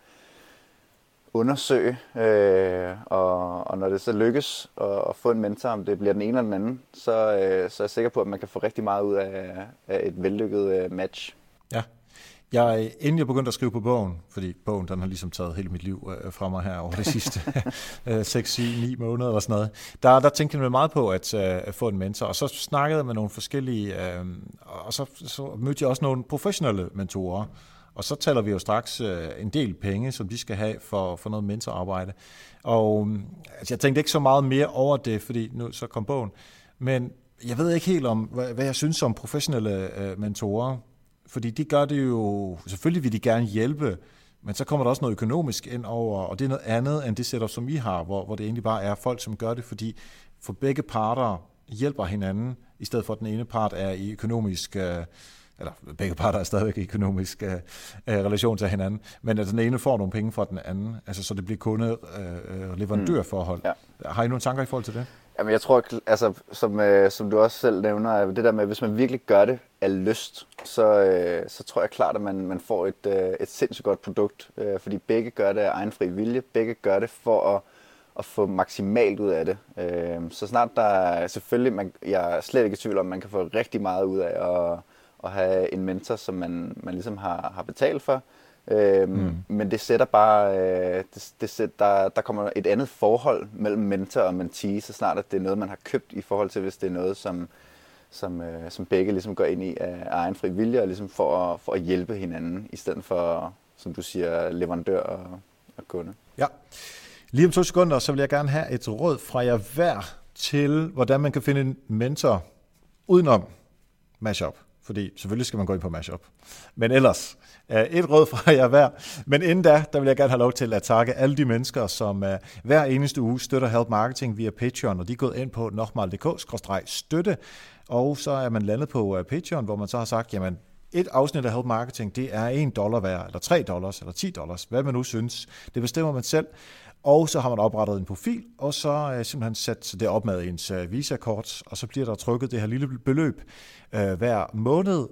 undersøge, øh, og, og når det så lykkes at, at få en mentor, om det bliver den ene eller den anden, så, øh, så er jeg sikker på, at man kan få rigtig meget ud af, af et vellykket øh, match. Ja. Jeg, inden jeg begyndte at skrive på bogen, fordi bogen den har ligesom taget hele mit liv øh, fra mig her over de sidste seks, syv, ni måneder eller sådan noget, der, der tænkte jeg meget på at, øh, at få en mentor, og så snakkede jeg med nogle forskellige, øh, og så, så mødte jeg også nogle professionelle mentorer, og så taler vi jo straks øh, en del penge, som de skal have for, for noget mentorarbejde. Og altså, jeg tænkte ikke så meget mere over det, fordi nu så kom bogen, men jeg ved ikke helt om, hvad, hvad jeg synes om professionelle øh, mentorer. Fordi de gør det jo, selvfølgelig vil de gerne hjælpe, men så kommer der også noget økonomisk ind over, og det er noget andet end det setup, som I har, hvor, hvor det egentlig bare er folk, som gør det, fordi for begge parter hjælper hinanden, i stedet for at den ene part er i økonomisk, eller begge parter er stadigvæk i økonomisk uh, relation til hinanden, men at den ene får nogle penge fra den anden, altså så det bliver kunde-leverandørforhold. Uh, ja. Har I nogle tanker i forhold til det? Jamen jeg tror, altså, som, øh, som du også selv nævner, det der med, hvis man virkelig gør det af lyst, så, øh, så tror jeg klart, at man, man får et, øh, et sindssygt godt produkt, øh, fordi begge gør det af egen fri vilje, begge gør det for at, at få maksimalt ud af det. Øh, så snart der er selvfølgelig, man, jeg er slet ikke i tvivl om, man kan få rigtig meget ud af at, at have en mentor, som man, man ligesom har, har betalt for. Øhm, mm. Men det sætter bare, øh, det, det sætter, der, der kommer et andet forhold mellem mentor og mentee, så snart at det er noget, man har købt, i forhold til hvis det er noget, som, som, øh, som begge ligesom går ind i af egen fri vilje, og ligesom for, for at hjælpe hinanden, i stedet for, som du siger, leverandør og, og kunde. Ja. Lige om to sekunder, så vil jeg gerne have et råd fra jer hver til, hvordan man kan finde en mentor udenom Mashup. Fordi selvfølgelig skal man gå ind på Mashup. Men ellers, et råd fra jer hver. Men inden da, der vil jeg gerne have lov til at takke alle de mennesker, som hver eneste uge støtter Help Marketing via Patreon, og de er gået ind på nochmal punktum d k skråstreg støtte, og så er man landet på Patreon, hvor man så har sagt, jamen, et afsnit af Help Marketing, det er en dollar værd, eller tre dollars, eller ti dollars, hvad man nu synes. Det bestemmer man selv. Og så har man oprettet en profil, og så uh, simpelthen sat det op med ens uh, Visa-kort, og så bliver der trykket det her lille beløb uh, hver måned.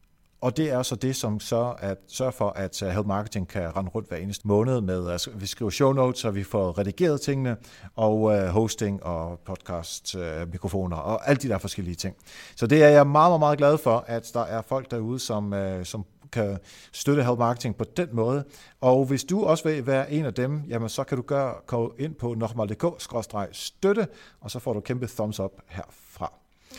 Og det er så det, som så at sørge for, at uh, Help Marketing kan rende rundt hver eneste måned med, altså vi skriver show notes, så vi får redigeret tingene, og uh, hosting og podcast, uh, mikrofoner og alle de der forskellige ting. Så det er jeg meget, meget, meget glad for, at der er folk derude, som, uh, som kan støtte Help Marketing på den måde. Og hvis du også vil være en af dem, jamen så kan du gøre, gå ind på nochmal punktum d k skråstreg støtte, og så får du kæmpe thumbs up herfra.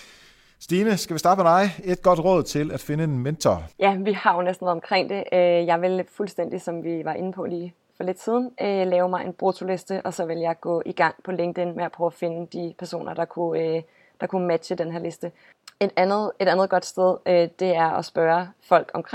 Stine, skal vi starte med dig? Et godt råd til at finde en mentor. Ja, vi har jo næsten været omkring det. Jeg vil fuldstændig, som vi var inde på lige for lidt siden, lave mig en bruttoliste, og så vil jeg gå i gang på LinkedIn med at prøve at finde de personer, der kunne, der kunne matche den her liste. Et andet, et andet godt sted, det er at spørge folk omkring dig.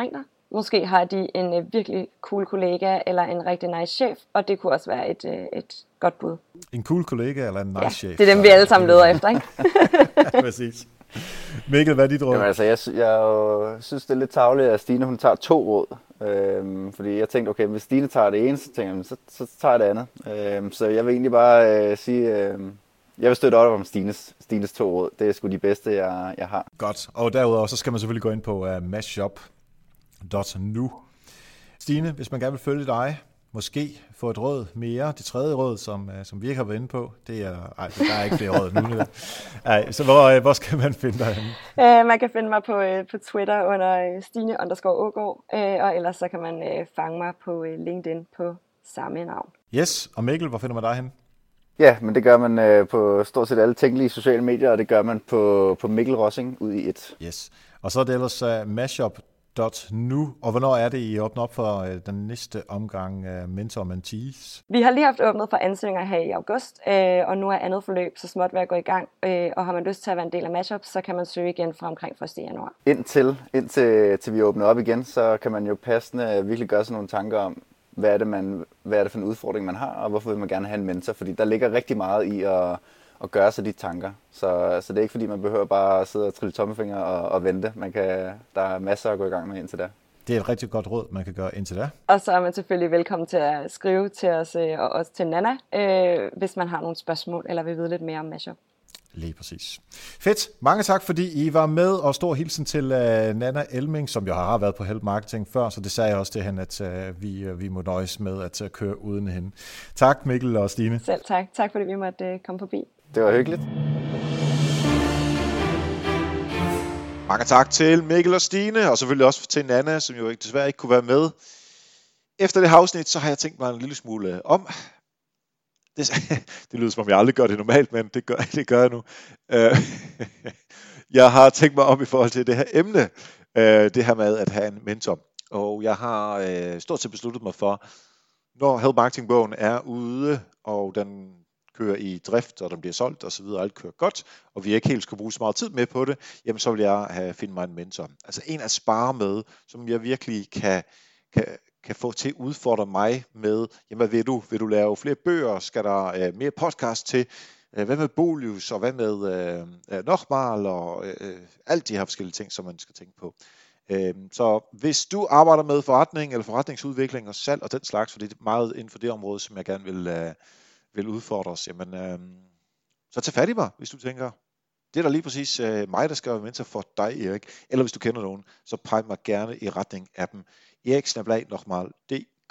Måske har de en øh, virkelig cool kollega eller en rigtig nice chef, og det kunne også være et, øh, et godt bud. En cool kollega eller en nice ja, chef. Det er dem, vi alle sammen leder efter, ikke? Præcis. Mikkel, hvad er dit råd? Jamen, altså, jeg, jeg synes, det er lidt tarveligt, at Stine hun tager to råd. Øhm, fordi jeg tænkte, okay, hvis Stine tager det ene, så, tænker jeg, så, så tager jeg det andet. Øhm, så jeg vil egentlig bare øh, sige, øh, jeg vil støtte op om Stines, Stines to råd. Det er sgu de bedste, jeg, jeg har. Godt, og derudover så skal man selvfølgelig gå ind på uh, mashup punktum nu. Stine, hvis man gerne vil følge dig, måske få et råd mere. Det tredje råd, som, uh, som vi ikke har været inde på, det er, ej, der er ikke flere råd nu. Ej, så hvor, uh, hvor skal man finde dig henne? Uh, man kan finde mig på, uh, på Twitter under Stine underscore Ågaard, uh, og ellers så kan man uh, fange mig på uh, LinkedIn på samme navn. Yes, og Mikkel, hvor finder man dig henne? Ja, men det gør man øh, på stort set alle tænkelige sociale medier, og det gør man på, på Mikkel Rossing ud i et. Yes, og så er det ellers uh, mashup punktum nu, og hvornår er det, I åbner op for uh, den næste omgang uh, Mentor Mentees? Vi har lige haft åbnet for ansøgninger her i august, øh, og nu er andet forløb så småt ved at gå i gang, øh, og har man lyst til at være en del af Mashup, så kan man søge igen fra omkring første januar. Indtil, indtil til vi åbner op igen, så kan man jo passende virkelig gøre sig nogle tanker om, hvad er det, man, hvad er det for en udfordring, man har, og hvorfor vil man gerne have en mentor, fordi der ligger rigtig meget i at at gøre sig de tanker. Så, så det er ikke fordi, man behøver bare at sidde og trille tommelfingre og, og vente. Man kan, der er masser at gå i gang med indtil da. Det er et rigtig godt råd, man kan gøre indtil da. Og så er man selvfølgelig velkommen til at skrive til os og også til Nana, øh, hvis man har nogle spørgsmål eller vil vide lidt mere om Mashup. Lige præcis. Fedt. Mange tak, fordi I var med, og stor hilsen til uh, Nana Elming, som jo har været på Help Marketing før, så det sagde jeg også til hende, at uh, vi, uh, vi må nøjes med at uh, køre uden hende. Tak Mikkel og Stine. Selv tak. Tak fordi vi måtte uh, komme forbi. Det var hyggeligt. Mange tak til Mikkel og Stine, og selvfølgelig også til Nana, som jo desværre ikke kunne være med. Efter det her afsnit, så har jeg tænkt mig en lille smule om. Det, det lyder som om jeg aldrig gør det normalt, men det gør, det gør jeg nu. Jeg har tænkt mig om i forhold til det her emne, det her med at have en mentor. Og jeg har stort set besluttet mig for, når Help Marketing-bogen er ude, og den kører i drift, og den bliver solgt osv., og alt kører godt, og vi ikke helt skal bruge så meget tid med på det, jamen så vil jeg have, finde mig en mentor. Altså en at spare med, som jeg virkelig kan, kan, kan få til at udfordre mig med, jamen hvad vil du? Vil du lave flere bøger? Skal der øh, mere podcast til? Øh, hvad med Bolius, og hvad med øh, Nochmal, og øh, alt de her forskellige ting, som man skal tænke på. Øh, så hvis du arbejder med forretning, eller forretningsudvikling og salg og den slags, for det er meget inden for det område, som jeg gerne vil øh, vil udfordre os, jamen, øh, så tag fat i mig, hvis du tænker, det er da lige præcis øh, mig, der skal være mentor for dig, Erik. Eller hvis du kender nogen, så peg mig gerne i retning af dem. erik snabel-a nochmal punktum d k.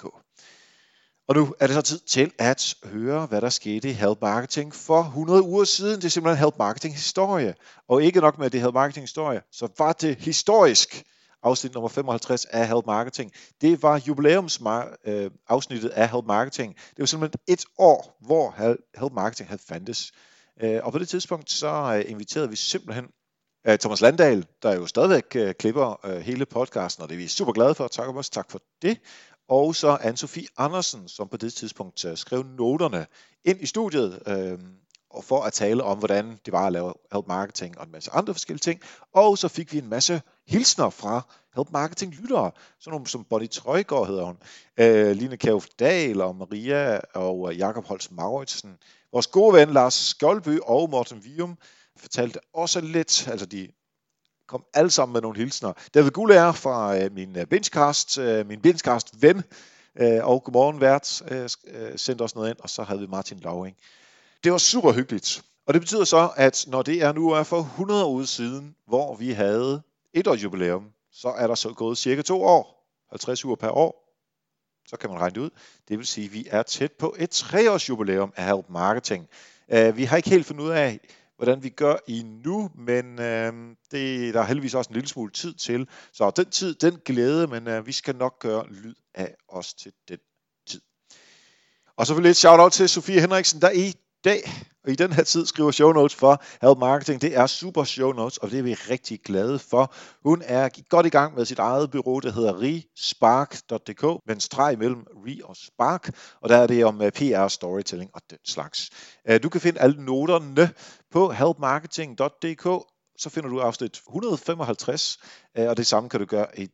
Og nu er det så tid til at høre, hvad der skete i Help Marketing for hundrede uger siden. Det er simpelthen Help Marketing historie. Og ikke nok med, at det er Help Marketing historie, så var det historisk. Afsnit nummer femoghalvtreds af Help Marketing. Det var jubilæumsafsnittet af Help Marketing. Det var simpelthen et år, hvor Help Marketing havde fandtes. Og på det tidspunkt så inviterede vi simpelthen Thomas Landahl, der jo stadigvæk klipper hele podcasten, og det er vi super glade for. Tak også, tak for det. Og så Anne-Sophie Andersen, som på det tidspunkt skrev noterne ind i studiet, og for at tale om, hvordan det var at lave Help Marketing og en masse andre forskellige ting. Og så fik vi en masse hilsner fra Help Marketing lyttere, sådan nogle som Bonnie Trøjgaard hedder hun, øh, Line Kjærulf Dahl og Maria og Jakob Holst Mauritsen. Vores gode ven Lars Skjoldby og Morten Vium fortalte også lidt, altså de kom alle sammen med nogle hilsner. David Gullager fra øh, min Benchcast, øh, min Benchcast ven, øh, og godmorgen vært, øh, sendte os noget ind, og så havde vi Martin Lauring. Det var super hyggeligt. Og det betyder så, at når det er nu er for hundrede år siden, hvor vi havde et års jubilæum, så er der så gået cirka to år, halvtreds uger per år. Så kan man regne det ud. Det vil sige, at vi er tæt på et treårs jubilæum af Help Marketing. Uh, vi har ikke helt fundet ud af, hvordan vi gør endnu, men uh, det der er heldigvis også en lille smule tid til. Så den tid, den glæde, men uh, vi skal nok gøre lyd af os til den tid. Og så vil jeg lidt shout out til Sofie Henriksen, der i dag og i den her tid skriver show notes for Help Marketing. Det er super show notes, og det er vi rigtig glade for. Hun er godt i gang med sit eget bureau, der hedder rispark punktum d k, med en streg imellem Ri og Spark, og der er det om P R, storytelling og den slags. Du kan finde alle noterne på help marketing punktum d k, så finder du afsnit et hundrede femoghalvtreds, og det samme kan du gøre i din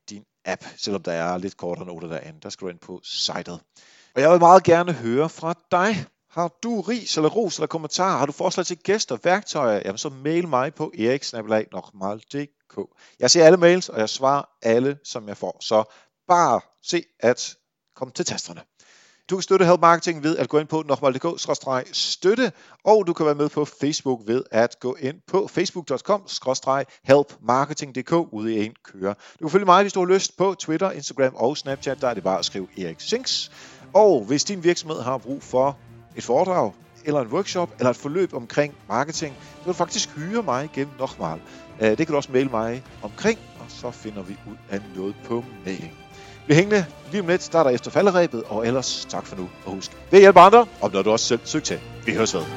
app, selvom der er lidt kortere noter derinde. Der skal du ind på sitet. Og jeg vil meget gerne høre fra dig. Har du ris eller ros eller kommentarer? Har du forslag til gæster, værktøjer? Jamen så mail mig på erik snabel-a nokmal punktum d k. Jeg ser alle mails, og jeg svarer alle, som jeg får. Så bare se at komme til tasterne. Du kan støtte Help Marketing ved at gå ind på nokmal punktum d k skråstreg støtte, og du kan være med på Facebook ved at gå ind på facebook punktum com skråstreg help marketing punktum d k ude i en køre. Du kan følge mig, hvis du har lyst, på Twitter, Instagram og Snapchat. Der er det bare at skrive Erik Sinks. Og hvis din virksomhed har brug for et foredrag, eller en workshop, eller et forløb omkring marketing, så kan du faktisk hyre mig gennem Nokmal. Det kan du også maile mig omkring, og så finder vi ud af noget på mail. Bliv hængende, lige om lidt starter efter falderebet, og ellers tak for nu, og husk, ved hjælpe andre, og når du også selv søger til. Vi høres ved.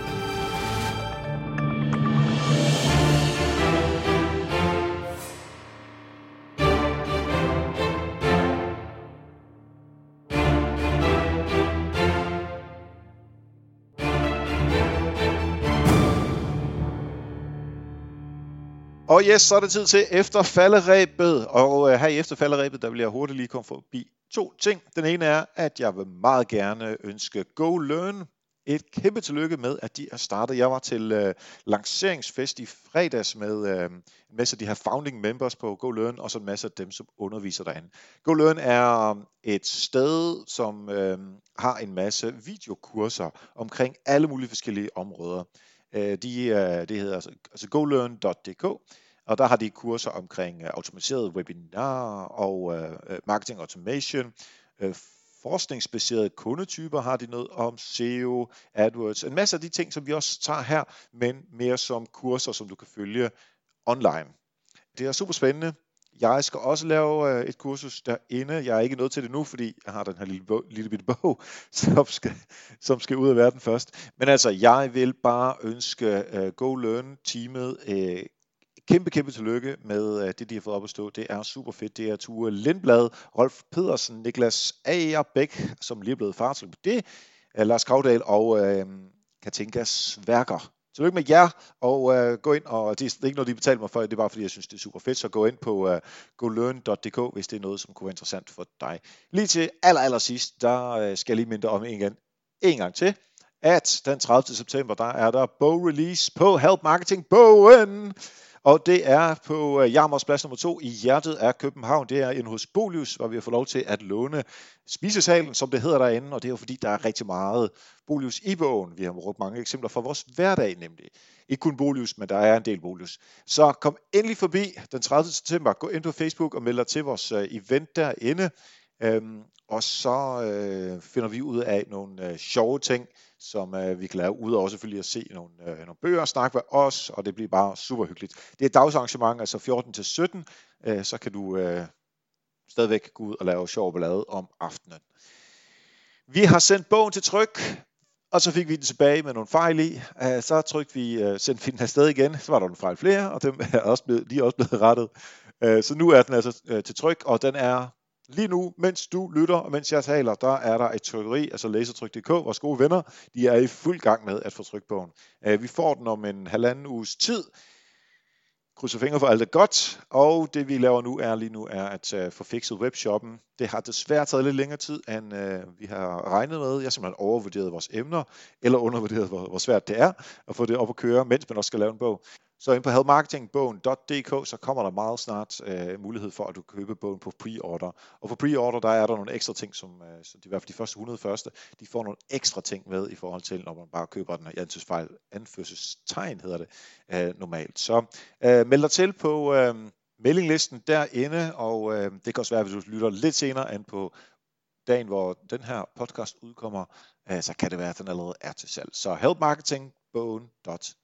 Og yes, så er det tid til efterfalderebet, og øh, her i efterfalderebet, der vil jeg hurtigt lige komme forbi to ting. Den ene er, at jeg vil meget gerne ønske GoLearn et kæmpe tillykke med, at de er startet. Jeg var til øh, lanceringsfest i fredags med øh, en masse af de her founding members på GoLearn, og så en masse af dem, som underviser derinde. GoLearn er et sted, som øh, har en masse videokurser omkring alle mulige forskellige områder. Øh, de, øh, det hedder altså, altså go learn punktum d k. Og der har de kurser omkring uh, automatiseret webinar og uh, marketing automation, uh, forskningsbaserede kundetyper har de noget om, S E O, AdWords, en masse af de ting, som vi også tager her, men mere som kurser, som du kan følge online. Det er super spændende. Jeg skal også lave uh, et kursus derinde. Jeg er ikke nået til det nu, fordi jeg har den her lille, bog, lille bitte bog, som skal, som skal ud af verden først. Men altså, jeg vil bare ønske uh, GoLearn-teamet uh, Kæmpe, kæmpe tillykke med uh, det, de har fået op at stå. Det er super fedt. Det er Tue Lindblad, Rolf Pedersen, Niklas Agerbæk, som lige er blevet far til det, uh, Lars Kravdal og uh, Katinka Sværker. Tillykke med jer, og uh, gå ind, og det er ikke noget, de betaler mig for, det er bare fordi, jeg synes, det er super fedt, så gå ind på uh, go learn punktum d k, hvis det er noget, som kunne være interessant for dig. Lige til aller, aller sidst, der uh, skal jeg lige minde om en gang, en gang til, at den tredivte september, der er der bog-release på Help Marketing Bogen. Og det er på Jarmers plads nummer to i hjertet af København. Det er inde hos Bolius, hvor vi har fået lov til at låne spisesalen, som det hedder derinde. Og det er jo fordi, der er rigtig meget Bolius i bogen. Vi har brugt mange eksempler fra vores hverdag nemlig. Ikke kun Bolius, men der er en del Bolius. Så kom endelig forbi den tredivte september. Gå ind på Facebook og meld dig til vores event derinde. Øhm, og så øh, finder vi ud af nogle øh, sjove ting, som øh, vi kan lave, udover selvfølgelig at se nogle, øh, nogle bøger og snakke med os, og det bliver bare super hyggeligt. Det er et dagsarrangement, altså fjorten til sytten, øh, så kan du øh, stadigvæk gå ud og lave sjov ballade om aftenen. Vi har sendt bogen til tryk, og så fik vi den tilbage med nogle fejl i. Uh, så trykte vi, uh, sendte vi den afsted igen, så var der nogle fejl flere, og dem er også blevet, de er også blevet rettet. Uh, så nu er den altså uh, til tryk, og den er lige nu, mens du lytter, og mens jeg taler, der er der et trykkeri, altså lasertryk punktum d k, vores gode venner, de er i fuld gang med at få trykt bogen. Uh, vi får den om en halvanden uges tid. Krydser fingre for alt er godt, og det vi laver nu er lige nu er at uh, få fikset webshoppen. Det har desværre taget lidt længere tid, end uh, vi har regnet med. Jeg har simpelthen overvurderet vores emner, eller undervurderet, hvor, hvor svært det er at få det op at køre, mens man også skal lave en bog. Så ind på help marketing bogen punktum d k, så kommer der meget snart uh, mulighed for, at du kan købe bogen på pre-order. Og på pre-order, der er der nogle ekstra ting, som, uh, som de, i hvert fald de første hundrede første, de får nogle ekstra ting med i forhold til, når man bare køber den her anførselsfejl, anførselstegn hedder det uh, normalt. Så uh, meld dig til på uh, mailinglisten derinde, og uh, det kan også være, hvis du lytter lidt senere end på dagen, hvor den her podcast udkommer, uh, så kan det være, at den allerede er til salg. Så help marketing bogen punktum